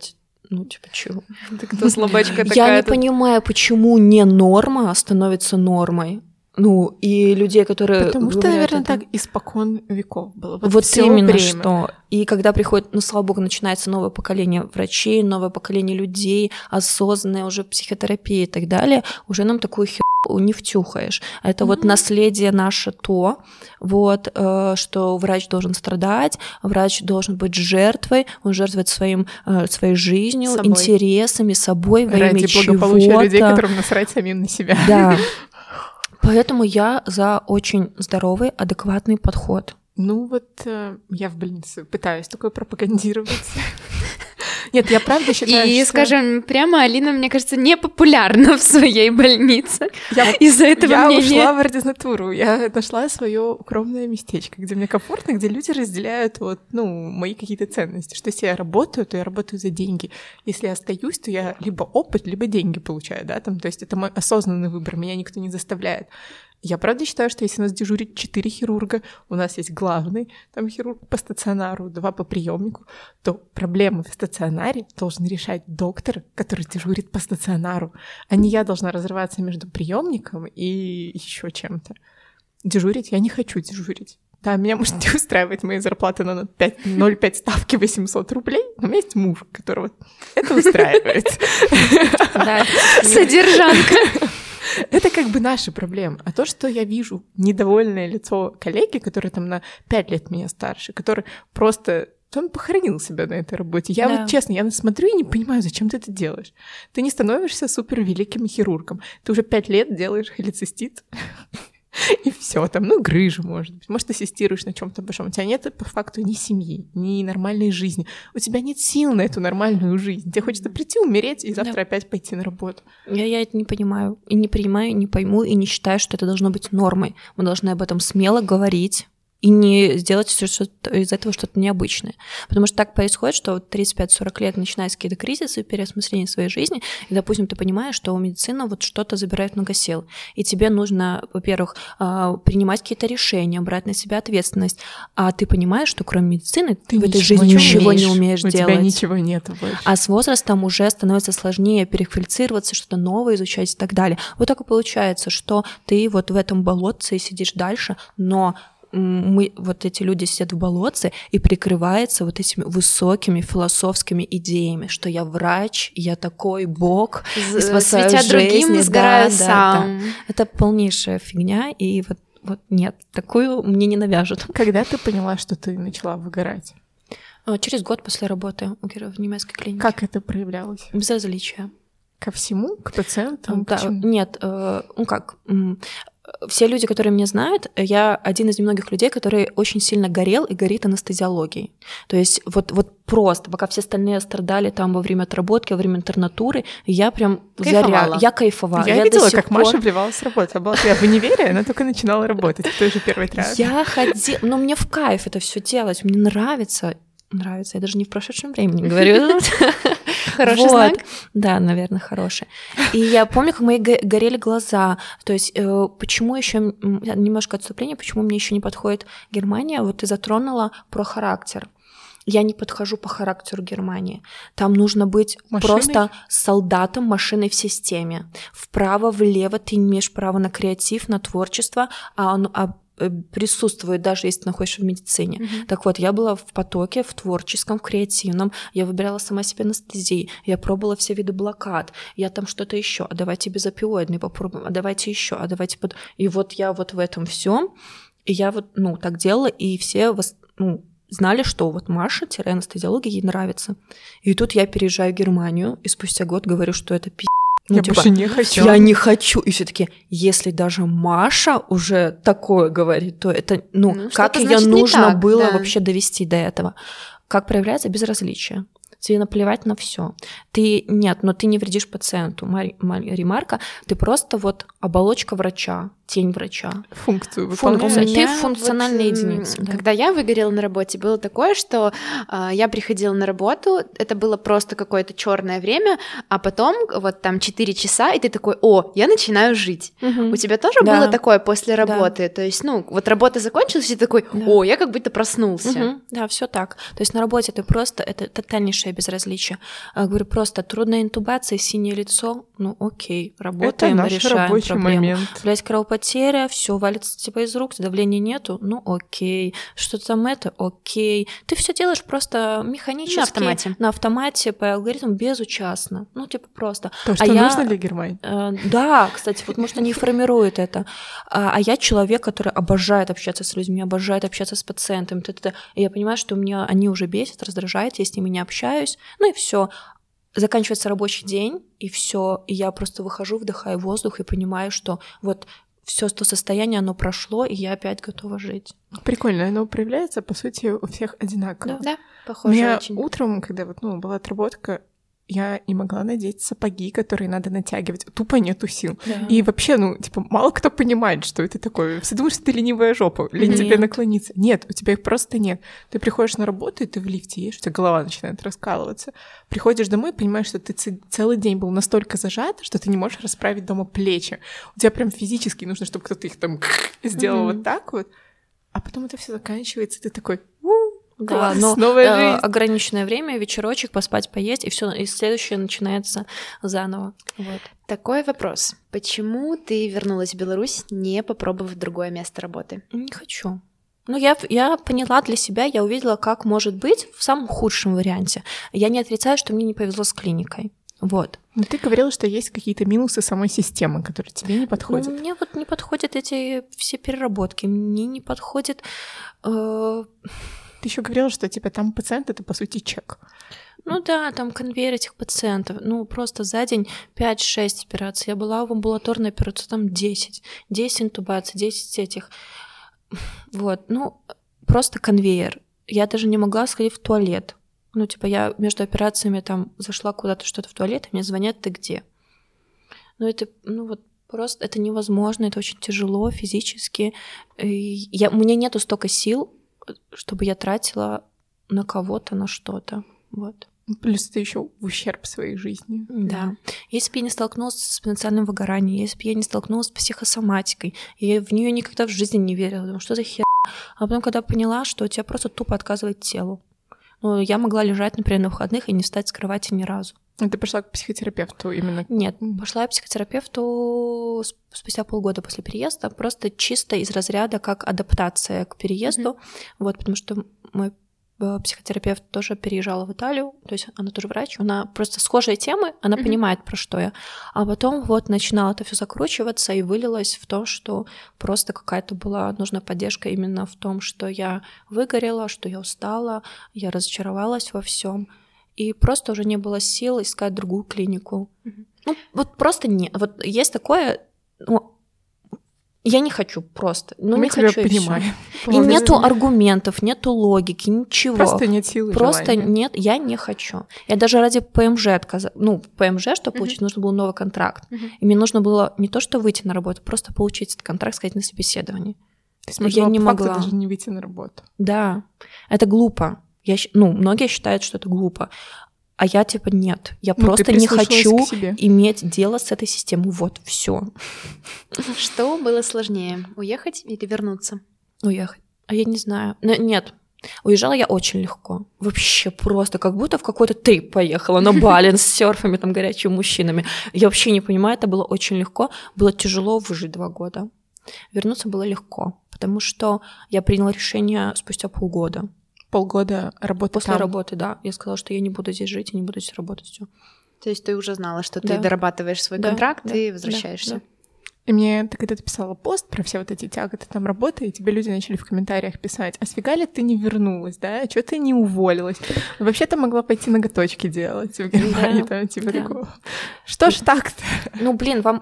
ну, типа, чего? Ты кто, слабачка такая? Я не понимаю, почему не норма становится нормой. Ну, и людей, которые... Потому что, наверное, это... так испокон веков было. Вот, вот именно время. Что. И когда приходит, ну, слава богу, начинается новое поколение врачей, новое поколение людей, осознанная уже психотерапия и так далее, уже нам такую херню не втюхаешь. Это mm-hmm. вот наследие наше то, вот, э, что врач должен страдать, врач должен быть жертвой, он жертвует своим, э, своей жизнью, собой. Интересами, собой, во имя чего-то. Ради благополучия людей, которым насрать самим на себя. Да. Поэтому я за очень здоровый, адекватный подход. Ну вот э, я в больнице пытаюсь такое пропагандировать. Нет, я правда считаю, И, что... скажем прямо, Алина, мне кажется, не популярна в своей больнице. Я... Из-за этого я мнения... ушла в ординатуру, я нашла свое укромное местечко, где мне комфортно, где люди разделяют вот, ну, мои какие-то ценности, что если я работаю, то я работаю за деньги. Если я остаюсь, то я либо опыт, либо деньги получаю, да, там, то есть это мой осознанный выбор, меня никто не заставляет. Я правда считаю, что если у нас дежурит четыре хирурга, у нас есть главный там хирург по стационару, два по приемнику, то проблемы в стационаре должен решать доктор, который дежурит по стационару, а не я должна разрываться между приемником и еще чем-то. Дежурить я не хочу дежурить. Да, меня может не устраивать моя зарплата на ноль целых пять ставки восемьсот рублей, но у меня есть муж, которого это устраивает. Содержанка. Это как бы наши проблемы. А то, что я вижу недовольное лицо коллеги, который там на пять лет меня старше, который просто... Он похоронил себя на этой работе. Я да. вот честно, я смотрю и не понимаю, зачем ты это делаешь. Ты не становишься супер великим хирургом. Ты уже пять лет делаешь холецистит. И все там, ну, грыжа, может быть. Может, ассистируешь на чем-то большом. У тебя нет, по факту, ни семьи, ни нормальной жизни. У тебя нет сил на эту нормальную жизнь. Тебе хочется прийти, умереть и завтра да. опять пойти на работу. Я, я это не понимаю. И не принимаю, и не пойму, и не считаю, что это должно быть нормой. Мы должны об этом смело говорить. И не сделать что-то из этого что-то необычное. Потому что так происходит, что вот тридцать пять сорок лет начинаются какие-то кризисы, переосмысление своей жизни, и, допустим, ты понимаешь, что у медицины вот что-то забирает много сил. И тебе нужно, во-первых, принимать какие-то решения, брать на себя ответственность. А ты понимаешь, что кроме медицины ты в этой жизни ничего не умеешь у делать. У тебя ничего нет больше. А с возрастом уже становится сложнее переквалифицироваться, что-то новое изучать и так далее. Вот так и получается, что ты вот в этом болотце сидишь дальше, но мы, вот эти люди сидят в болотце и прикрываются вот этими высокими философскими идеями, что я врач, я такой бог, и спасаю светя жизни. другим, сгораю да, сам. Да, да. Это полнейшая фигня, и вот, вот нет, такую мне не навяжут. Когда ты поняла, что ты начала выгорать? Через год после работы в немецкой клинике. Как это проявлялось? Безразличие. Ко всему? К пациентам? Да, нет, ну как... Все люди, которые меня знают, я один из немногих людей, который очень сильно горел и горит анестезиологией. То есть вот, вот просто, пока все остальные страдали там во время отработки, во время интернатуры, я прям заря... я кайфовала. Я, я видела, как пор... Маша вливалась с работы. Я была в универе, она только начинала работать в той же первой терапии. Я ходила... Но мне в кайф это все делать, мне нравится. Нравится. Я даже не в прошедшем времени говорю. Хороший вот. знак? Да, наверное, хороший. И я помню, как мои горели глаза. То есть, э, почему еще немножко отступление, почему мне еще не подходит Германия? Вот ты затронула про характер. Я не подхожу по характеру Германии. Там нужно быть машиной? Просто солдатом, машиной в системе. Вправо, влево ты не имеешь права на креатив, на творчество, а, а присутствует, даже если ты находишься в медицине. Mm-hmm. Так вот, я была в потоке, в творческом, в креативном, я выбирала сама себе анестезии, я пробовала все виды блокад, я там что-то еще, а давайте безопиоидные попробуем, а давайте еще, а давайте под... И вот я вот в этом всем, и я вот, ну, так делала, и все, ну, знали, что вот Маша-анестезиология ей нравится. И тут я переезжаю в Германию, и спустя год говорю, что это пи***. Ну, я типа, больше не хочу. Я не хочу. И все таки если даже Маша уже такое говорит, то это, ну, ну как ее нужно так, было да. вообще довести до этого? Как проявляется безразличие? Тебе наплевать на все. Ты нет, но ты не вредишь пациенту. Мари, Мари, ремарка, ты просто вот оболочка врача, тень врача. Функцию выполняешь. Ты функциональная вот, единица. Да. Когда я выгорела на работе, было такое, что э, я приходила на работу, это было просто какое-то черное время, а потом вот там четыре часа, и ты такой, о, я начинаю жить. Угу. У тебя тоже да. было такое после работы? Да. То есть, ну, вот работа закончилась, и ты такой, да. о, я как будто проснулся. Угу. Да, все так. То есть на работе ты просто, это тотальнейшая безразличие. А, говорю, просто трудная интубация, синее лицо, ну окей, работаем, это наш решаем рабочий проблему. момент. Блять, кровопотеря, все валится типа из рук, давления нету, ну окей. Что там это, окей. Ты все делаешь просто механически. На автомате. На автомате, по алгоритму, безучастно. Ну, типа просто. То, что а нужно я, для Германии. Э, да, кстати, вот может они формируют это. А, а я человек, который обожает общаться с людьми, обожает общаться с пациентами. Т-т-т. И я понимаю, что меня они уже бесят, раздражают, я с ними не общаюсь. Ну и все. Заканчивается рабочий день, и все. И я просто выхожу, вдыхаю воздух и понимаю, что вот все то состояние, оно прошло, и я опять готова жить. Прикольно, оно проявляется, по сути, у всех одинаково. Да, да, похоже Меня очень. утром, когда вот, ну, была отработка, я не могла надеть сапоги, которые надо натягивать. Тупо нету сил. Да. И вообще, ну, типа, мало кто понимает, что это такое. Все думают, что ты ленивая жопа, лень Нет. тебе наклониться. Нет, у тебя их просто нет. Ты приходишь на работу, и ты в лифте едешь, у тебя голова начинает раскалываться. Приходишь домой, понимаешь, что ты ц- целый день был настолько зажат, что ты не можешь расправить дома плечи. У тебя прям физически нужно, чтобы кто-то их там сделал Mm-hmm. вот так вот. А потом это все заканчивается, и ты такой... Да, Класс, но новая э, жизнь. ограниченное время, вечерочек, поспать, поесть, и все, и следующее начинается заново. Вот. Такой вопрос. Почему ты вернулась в Беларусь, не попробовав другое место работы? Не хочу. Ну, я, я поняла для себя, я увидела, как может быть в самом худшем варианте. Я не отрицаю, что мне не повезло с клиникой. Вот. Но ты говорила, что есть какие-то минусы самой системы, которые тебе не подходят. Ну, мне вот не подходят эти все переработки, мне не подходит... Э- Ты еще говорила, что типа там пациент — это, по сути, чек. Ну да, там конвейер этих пациентов. Ну, просто за день пять-шесть операций. Я была в амбулаторной операции, там десять. десять интубаций, десять этих. Вот, ну, просто конвейер. Я даже не могла сходить в туалет. Ну, типа, я между операциями там зашла куда-то что-то в туалет, и мне звонят: ты где? Ну, это, ну, вот просто это невозможно, это очень тяжело физически. И я, у меня нету столько сил, чтобы я тратила на кого-то, на что-то. Вот. Плюс это еще в ущерб своей жизни. Да. Если бы я не столкнулась с потенциальным выгоранием, если бы я не столкнулась с психосоматикой, я в нее никогда в жизни не верила. Думаю, что за хер? А потом, когда поняла, что у тебя просто тупо отказывает тело. Ну, я могла лежать, например, на выходных и не встать с кровати ни разу. А ты пошла к психотерапевту именно? Нет, пошла я к психотерапевту спустя полгода после переезда, просто чисто из разряда как адаптация к переезду. Mm-hmm. Вот, потому что мой психотерапевт тоже переезжала в Италию, то есть она тоже врач, она просто схожие темы, она mm-hmm. понимает, про что я. А потом вот начинало это все закручиваться и вылилось в то, что просто какая-то была нужна поддержка именно в том, что я выгорела, что я устала, я разочаровалась во всем. И просто уже не было сил искать другую клинику. Mm-hmm. Ну, вот просто нет. Вот есть такое... Ну, я не хочу просто. Ну, Мы не тебя хочу, понимаем. И, и нету аргументов, нету логики, ничего. Просто нет силы. Просто желания. нет, я не хочу. Я даже ради ПМЖ отказалась. Ну, ПМЖ, чтобы mm-hmm. получить, нужно был новый контракт. Mm-hmm. И мне нужно было не то, что выйти на работу, просто получить этот контракт, сказать на собеседовании. То есть, может, я не могла. даже не выйти на работу. Да, это глупо. Я, ну, многие считают, что это глупо. А я типа нет, я ну, просто не хочу иметь дело с этой системой. Вот, все. Что было сложнее, уехать или вернуться? Уехать. А я не знаю. Нет, уезжала я очень легко. Вообще просто, как будто в какой-то трип поехала на Бали с серфами, там, горячими мужчинами. Я вообще не понимаю, это было очень легко. Было тяжело выжить два года. Вернуться было легко, потому что я приняла решение спустя полгода. Полгода работы После там. работы, да. Я сказала, что я не буду здесь жить и не буду здесь работать. Все. То есть ты уже знала, что да. ты дорабатываешь свой да, контракт да, и возвращаешься. Да, да. И мне, ты когда ты писала пост про все вот эти тяготы там работы, и тебе люди начали в комментариях писать: а сфига ли ты не вернулась, да? А чё ты не уволилась? Ну, вообще-то могла пойти ноготочки делать в Германии, да, там, типа да. такого. Что ж так-то? Ну, блин, вам...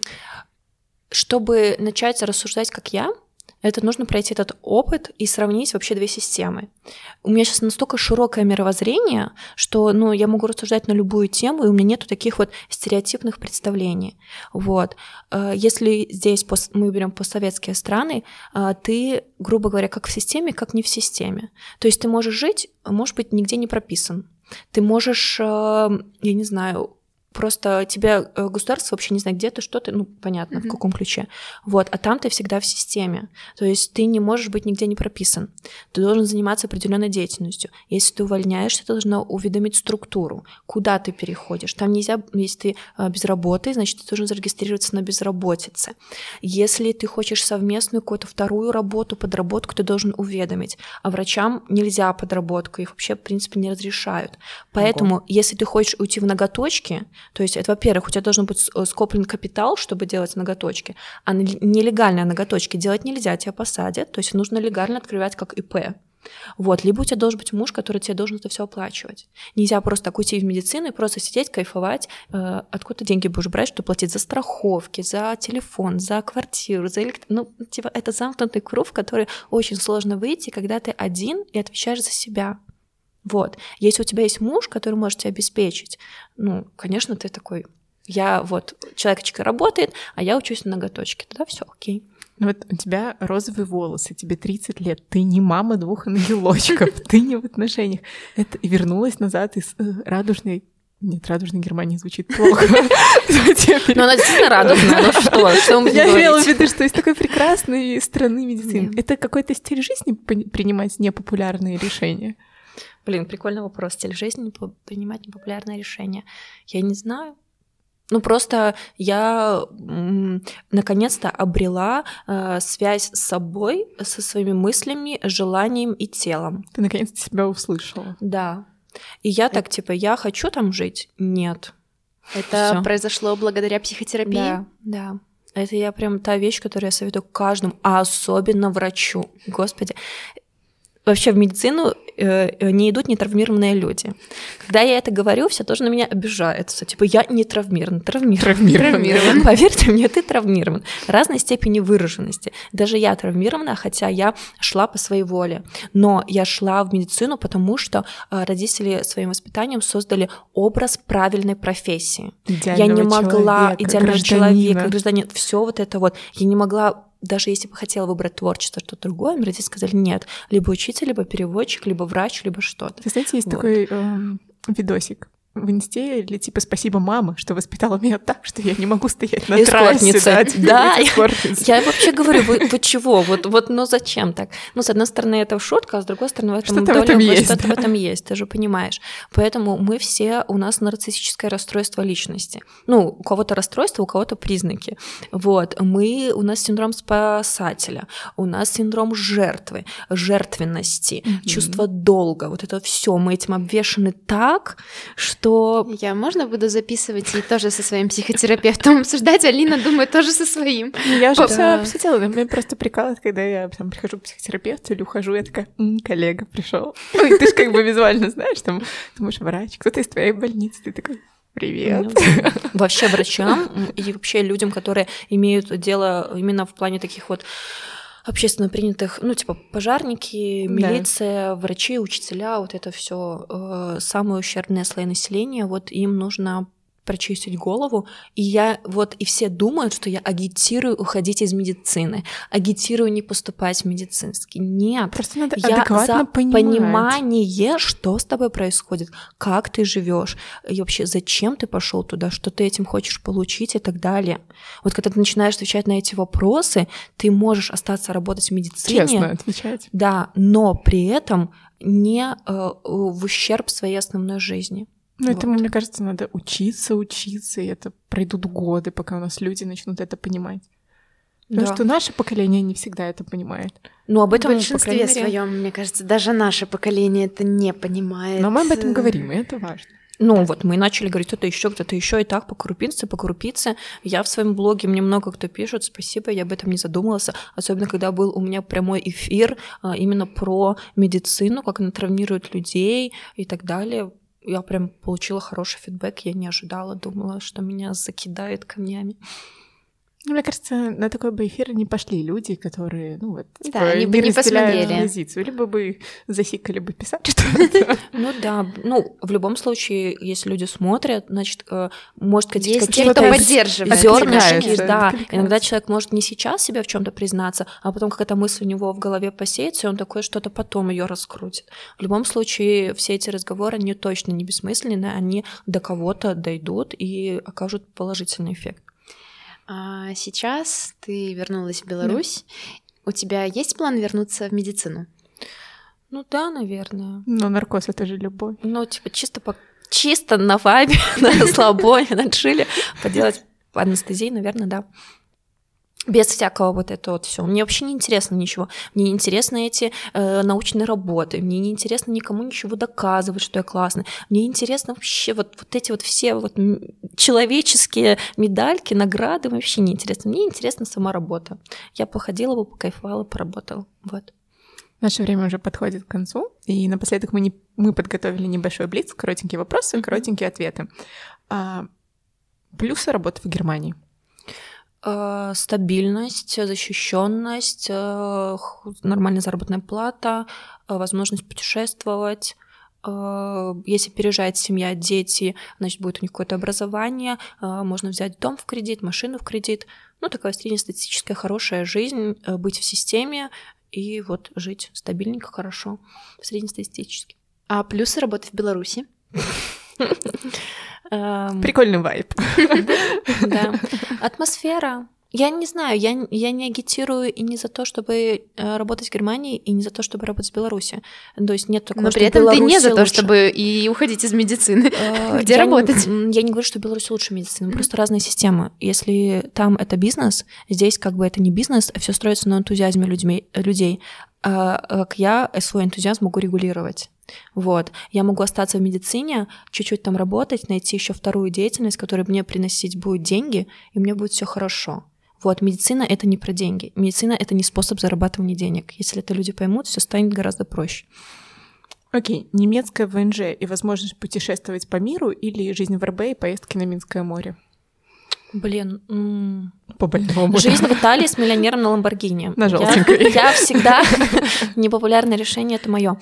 Чтобы начать рассуждать, как я, это нужно пройти этот опыт и сравнить вообще две системы. У меня сейчас настолько широкое мировоззрение, что ну, я могу рассуждать на любую тему, и у меня нету таких вот стереотипных представлений. Вот. Если здесь мы берем постсоветские страны, ты, грубо говоря, как в системе, как не в системе. То есть ты можешь жить, может быть, нигде не прописан. Ты можешь, я не знаю, Просто тебя государство вообще не знает, где ты, что ты, ну, понятно, mm-hmm. в каком ключе. Вот, а там ты всегда в системе. То есть ты не можешь быть нигде не прописан. Ты должен заниматься определенной деятельностью. Если ты увольняешься, ты должна уведомить структуру, куда ты переходишь. Там нельзя, если ты без работы, значит, ты должен зарегистрироваться на безработице. Если ты хочешь совместную какую-то вторую работу, подработку, ты должен уведомить. А врачам нельзя подработку, их вообще, в принципе, не разрешают. Поэтому, Ого. Если ты хочешь уйти в ноготочки, то есть это, во-первых, у тебя должен быть скоплен капитал, чтобы делать ноготочки, а нелегальные ноготочки делать нельзя, тебя посадят, то есть нужно легально открывать как ИП. Вот, либо у тебя должен быть муж, который тебе должен это все оплачивать. Нельзя просто так уйти в медицину и просто сидеть, кайфовать. Э, откуда ты деньги будешь брать, чтобы платить за страховки, за телефон, за квартиру, за электро... Ну, типа, это замкнутый круг, в который очень сложно выйти, когда ты один и отвечаешь за себя. Вот. Если у тебя есть муж, который может тебя обеспечить, ну, конечно, ты такой, я вот, человечек работает, а я учусь на ноготочке, тогда все окей. Вот у тебя розовые волосы, тебе тридцать лет, ты не мама двух ангелочков, ты не в отношениях. Это вернулась назад из радужной... Нет, радужной Германии звучит плохо. Но она действительно радужная, ну что, что мы Я имела в виду, что из такой прекрасной страны медицины. Это какой-то стиль жизни принимать непопулярные решения? Блин, прикольный вопрос. Стиль жизни, принимать непопулярные решения. Я не знаю. Ну, просто я м- наконец-то обрела э, связь с собой, со своими мыслями, желанием и телом. Ты наконец-то себя услышала. Да. И я так, типа, я хочу там жить? Нет. Это Всё. Произошло благодаря психотерапии? Да, да. Это я прям та вещь, которую я советую каждому, а особенно врачу. Господи. Вообще в медицину э, не идут нетравмированные люди. Когда я это говорю, все тоже на меня обижаются. Типа, я не травмирован, травмирован. травмирован. Поверьте мне, ты травмирован. Разной степени выраженности. Даже я травмирована, хотя я шла по своей воле. Но я шла в медицину, потому что э, родители своим воспитанием создали образ правильной профессии. Идеального я не могла, человека, идеального гражданина. человека, гражданина, все вот это вот. Я не могла. Даже если бы хотела выбрать творчество, что-то другое, мне родители сказали нет. Либо учитель, либо переводчик, либо врач, либо что-то. Ты знаете, есть вот. такой э, видосик в инсте, или типа «Спасибо, мама, что воспитала меня так, что я не могу стоять на трассе». Да, да я, я вообще говорю, вы, вы чего? Вот, вот, ну зачем так? Ну, с одной стороны, это шутка, а с другой стороны, в этом, что-то доля, в этом есть, что-то да? в этом есть, ты же понимаешь. Поэтому мы все, у нас нарциссическое расстройство личности. Ну, у кого-то расстройство, у кого-то признаки. Вот, мы, у нас синдром спасателя, у нас синдром жертвы, жертвенности, mm-hmm. чувство долга. Вот это все мы этим обвешаны так, что Я можно буду записывать и тоже со своим психотерапевтом обсуждать? Алина, думаю, тоже со своим. Я уже все обсудила, меня просто прикалывает, когда я там прихожу к психотерапевту или ухожу, я такая, м-м, коллега пришел. Ты же как бы визуально знаешь, там, ты можешь врач, кто-то из твоей больницы, ты такой... Привет. Вообще врачам и вообще людям, которые имеют дело именно в плане таких вот общественно принятых, ну, типа пожарники, милиция, да. врачи, учителя, вот это все э, самые ущербные слои населения, вот им нужно прочистить голову, и я вот, и все думают, что я агитирую уходить из медицины, агитирую не поступать в медицинский. Нет, просто надо я адекватно за понимать. понимание, что с тобой происходит, как ты живешь, и вообще зачем ты пошел туда, что ты этим хочешь получить и так далее. Вот когда ты начинаешь отвечать на эти вопросы, ты можешь остаться работать в медицине. Честно отвечать. Да, но при этом не э, в ущерб своей основной жизни. Ну, вот. этому, мне кажется, надо учиться, учиться, и это пройдут годы, пока у нас люди начнут это понимать. Потому да. что наше поколение не всегда это понимает. Ну, об этом, в большинстве мере... своем, мне кажется, даже наше поколение это не понимает. Но мы об этом говорим, и это важно. Ну вот, мы начали говорить кто-то еще, кто-то еще, и так по крупице, по крупице. Я в своем блоге, мне много кто пишет, спасибо, я об этом не задумывалась, особенно когда был у меня прямой эфир именно про медицину, как она травмирует людей и так далее. Я прям получила хороший фидбэк, я не ожидала, думала, что меня закидают камнями. Мне кажется, на такой бы эфир не пошли люди, которые, ну вот, да, типа, они не бы не посмотрели позицию, либо бы засикали бы писать что-то. Ну да, ну в любом случае, если люди смотрят, значит, может есть какие-то кто поддерживает, зернышки, да. откликается. Иногда человек может не сейчас себе в чем-то признаться, а потом какая-то мысль у него в голове посеется, и он такое что-то потом ее раскрутит. В любом случае, все эти разговоры, они точно не бессмысленны, они до кого-то дойдут и окажут положительный эффект. А сейчас ты вернулась в Беларусь. Да. У тебя есть план вернуться в медицину? Ну да, наверное. Но наркоз — это же любовь. Ну, типа, чисто по чисто на вайбе, на расслабоне, на чиле поделать анестезию, наверное, да. Без всякого вот этого вот всего. Мне вообще не интересно ничего. Мне не интересны эти э, научные работы. Мне не интересно никому ничего доказывать, что я классная. Мне интересно вообще вот, вот эти вот все вот человеческие медальки, награды вообще не интересно. Мне интересна сама работа. Я походила бы, покайфовала, поработала. Вот. Наше время уже подходит к концу, и напоследок мы, не, мы подготовили небольшой блиц, коротенькие вопросы, mm-hmm. коротенькие ответы. А, плюсы работы в Германии? Стабильность, защищенность, нормальная заработная плата, возможность путешествовать. Если переезжает семья, дети, значит, будет у них какое-то образование, можно взять дом в кредит, машину в кредит. Ну, такая среднестатистическая хорошая жизнь, быть в системе и вот жить стабильненько, хорошо, среднестатистически. А плюсы работы в Беларуси? Прикольный вайб. Да. Атмосфера. Я не знаю, я, я не агитирую и не за то, чтобы работать в Германии, и не за то, чтобы работать в Беларуси. То есть нет такого, но что при этом ты не за то, лучше. чтобы и уходить из медицины. Где я работать? Не, я не говорю, что в Беларуси лучше медицина, просто разные системы. Если там это бизнес, здесь как бы это не бизнес, а все строится на энтузиазме людьми, людей. А я свой энтузиазм могу регулировать. Вот. Я могу остаться в медицине, чуть-чуть там работать, найти еще вторую деятельность, которая мне приносить будет деньги, и мне будет все хорошо. Вот, медицина — это не про деньги. Медицина — это не способ зарабатывания денег. Если это люди поймут, все станет гораздо проще. Окей, okay. Немецкая ВНЖ и возможность путешествовать по миру или жизнь в эр бэ и поездки на Минское море? Блин, м- по больному. Жизнь в Италии с миллионером на Ламборгини. На желтенькой. Я, я всегда непопулярное решение, это мое.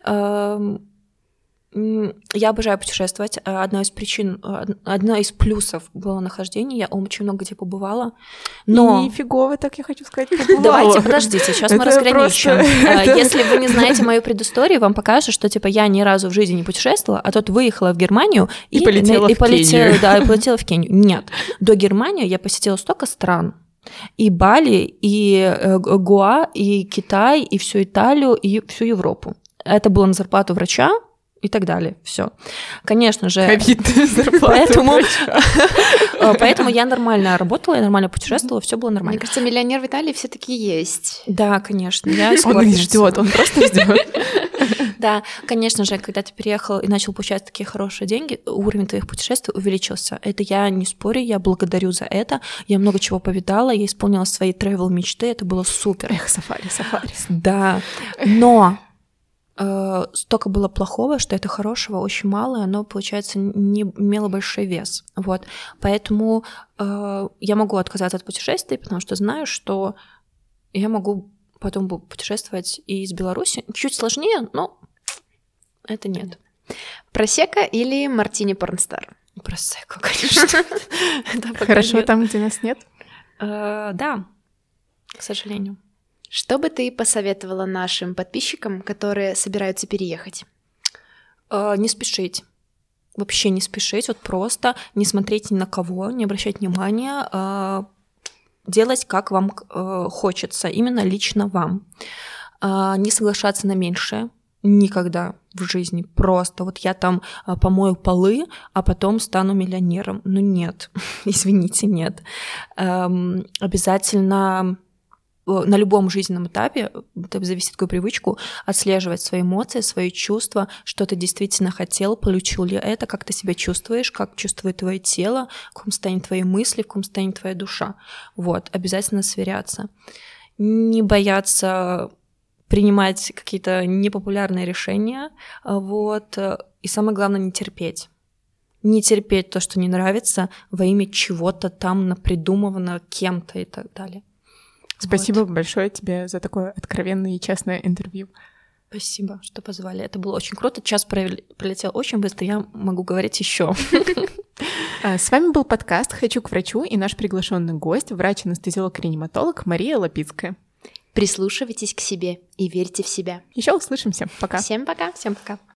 Я обожаю путешествовать. Одна из причин, одна из плюсов было нахождение. Я очень много где побывала. Но... Нифигово, так я хочу сказать, побывала. Давайте, подождите, сейчас мы разграничим. Если вы не знаете мою предысторию, вам покажется, что типа я ни разу в жизни не путешествовала, а тут выехала в Германию и, и полетела и в полетела, Кению. Да, и полетела в Кению. Нет. До Германии я посетила столько стран. И Бали, и Гоа, и Китай, и всю Италию, и всю Европу. Это было на зарплату врача, и так далее. Все. Конечно же. Ковидная зарплата. Поэтому, поэтому я нормально работала, я нормально путешествовала, все было нормально. Мне кажется, миллионер в Италии все-таки есть. Да, конечно. Я он не ждет, он просто ждет. Да, конечно же, когда ты переехал и начал получать такие хорошие деньги, уровень твоих путешествий увеличился. Это я не спорю, я благодарю за это. Я много чего повидала, я исполнила свои travel мечты, это было супер. Эх, сафари, сафари. Да, но э, столько было плохого, что это хорошего очень мало, и оно, получается, не имело большой вес. Вот, поэтому э, я могу отказаться от путешествий, потому что знаю, что я могу потом путешествовать и из Беларуси. Чуть сложнее, но это нет. Просека или мартини порнстар? Просека, конечно. Хорошо там, где нас нет? Да, к сожалению. Что бы ты посоветовала нашим подписчикам, которые собираются переехать? Не спешить. Вообще не спешить, вот просто не смотреть ни на кого, не обращать внимания, делать, как вам э, хочется, именно лично вам. Э, не соглашаться на меньшее никогда в жизни. Просто вот я там э, помою полы, а потом стану миллионером. Ну нет, извините, нет. Э, обязательно на любом жизненном этапе, это зависит от какой привычку, отслеживать свои эмоции, свои чувства, что ты действительно хотел, получил ли это, как ты себя чувствуешь, как чувствует твое тело, в каком состоянии твои мысли, в каком состоянии твоя душа. Вот, обязательно сверяться. Не бояться принимать какие-то непопулярные решения, вот, и самое главное, не терпеть. не терпеть то, что не нравится, во имя чего-то там напридумывано кем-то и так далее. Спасибо вот. большое тебе за такое откровенное и честное интервью. Спасибо, что позвали. Это было очень круто. Час пролетел очень быстро, я могу говорить еще. С вами был подкаст «Хочу к врачу» и наш приглашенный гость, врач-анестезиолог-реаниматолог Мария Лапицкая. Прислушивайтесь к себе и верьте в себя. Еще услышимся. Пока. Всем пока. Всем пока.